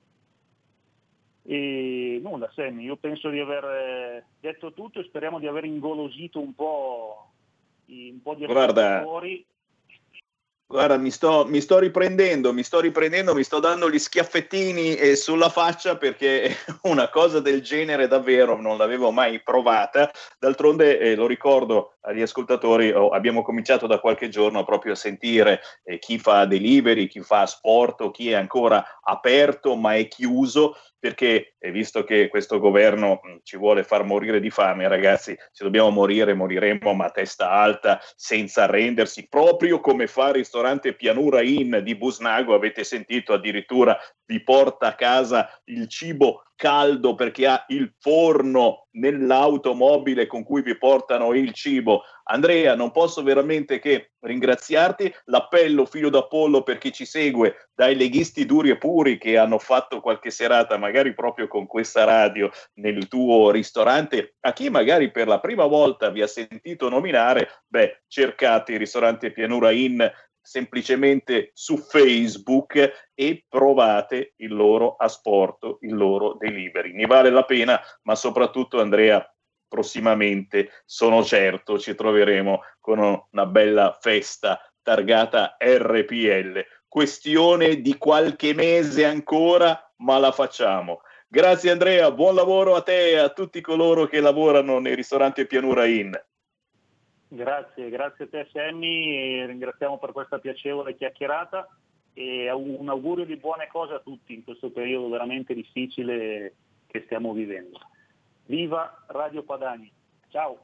E nulla, Sammy, io penso di aver detto tutto e speriamo di aver ingolosito un po', un po' di ascoltatori. Guarda, mi sto, mi sto riprendendo, mi sto riprendendo, mi sto dando gli schiaffettini eh, sulla faccia, perché una cosa del genere davvero non l'avevo mai provata. D'altronde, eh, lo ricordo agli ascoltatori, oh, abbiamo cominciato da qualche giorno proprio a sentire eh, chi fa delivery, chi fa sport, chi è ancora aperto ma è chiuso, perché eh, visto che questo governo mh, ci vuole far morire di fame, ragazzi, se dobbiamo morire, moriremo ma a testa alta, senza arrendersi, proprio come fa il ristorante Pianura Inn di Busnago. Avete sentito, addirittura vi porta a casa il cibo caldo perché ha il forno nell'automobile con cui vi portano il cibo. Andrea, non posso veramente che ringraziarti. L'appello filo d'Apollo per chi ci segue, dai leghisti duri e puri che hanno fatto qualche serata magari proprio con questa radio nel tuo ristorante, a chi magari per la prima volta vi ha sentito nominare, beh, cercate il ristorante Pianura Inn semplicemente su Facebook e provate il loro asporto, il loro delivery. Ne vale la pena, ma soprattutto, Andrea, prossimamente sono certo ci troveremo con una bella festa targata R P L. Questione di qualche mese ancora, ma la facciamo. Grazie Andrea, buon lavoro a te e a tutti coloro che lavorano nei ristoranti Pianura Inn. Grazie, grazie a te Sammy, e ringraziamo per questa piacevole chiacchierata e un augurio di buone cose a tutti in questo periodo veramente difficile che stiamo vivendo. Viva Radio Padani, ciao!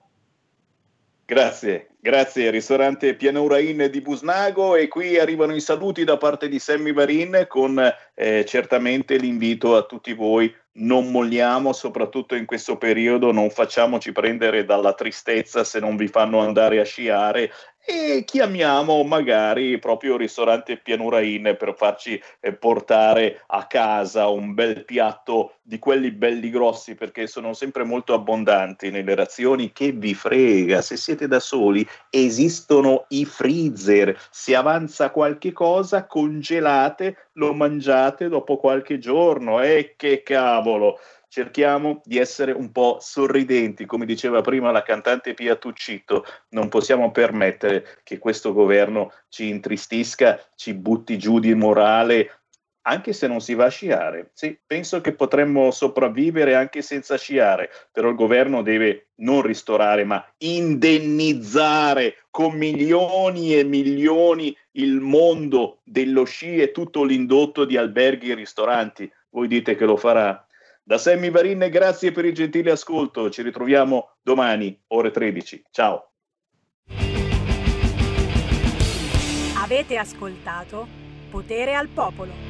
Grazie, grazie ristorante Pianura Inn di Busnago, e qui arrivano i saluti da parte di Sammy Varin con eh, certamente l'invito a tutti voi: non molliamo, soprattutto in questo periodo, non facciamoci prendere dalla tristezza se non vi fanno andare a sciare, e chiamiamo magari proprio il ristorante Pianura Inn per farci eh, portare a casa un bel piatto di quelli belli grossi, perché sono sempre molto abbondanti nelle razioni. Che vi frega, se siete da soli esistono i freezer, se avanza qualche cosa congelate, lo mangiate dopo qualche giorno, e che cavolo. Cerchiamo di essere un po' sorridenti, come diceva prima la cantante Pia Tuccitto. Non possiamo permettere che questo governo ci intristisca, ci butti giù di morale, anche se non si va a sciare. Sì, penso che potremmo sopravvivere anche senza sciare, però il governo deve non ristorare, ma indennizzare con milioni e milioni il mondo dello sci e tutto l'indotto di alberghi e ristoranti. Voi dite che lo farà? Da Sammy Varin, grazie per il gentile ascolto. Ci ritroviamo domani, ore tredici. Ciao. Avete ascoltato Potere al Popolo.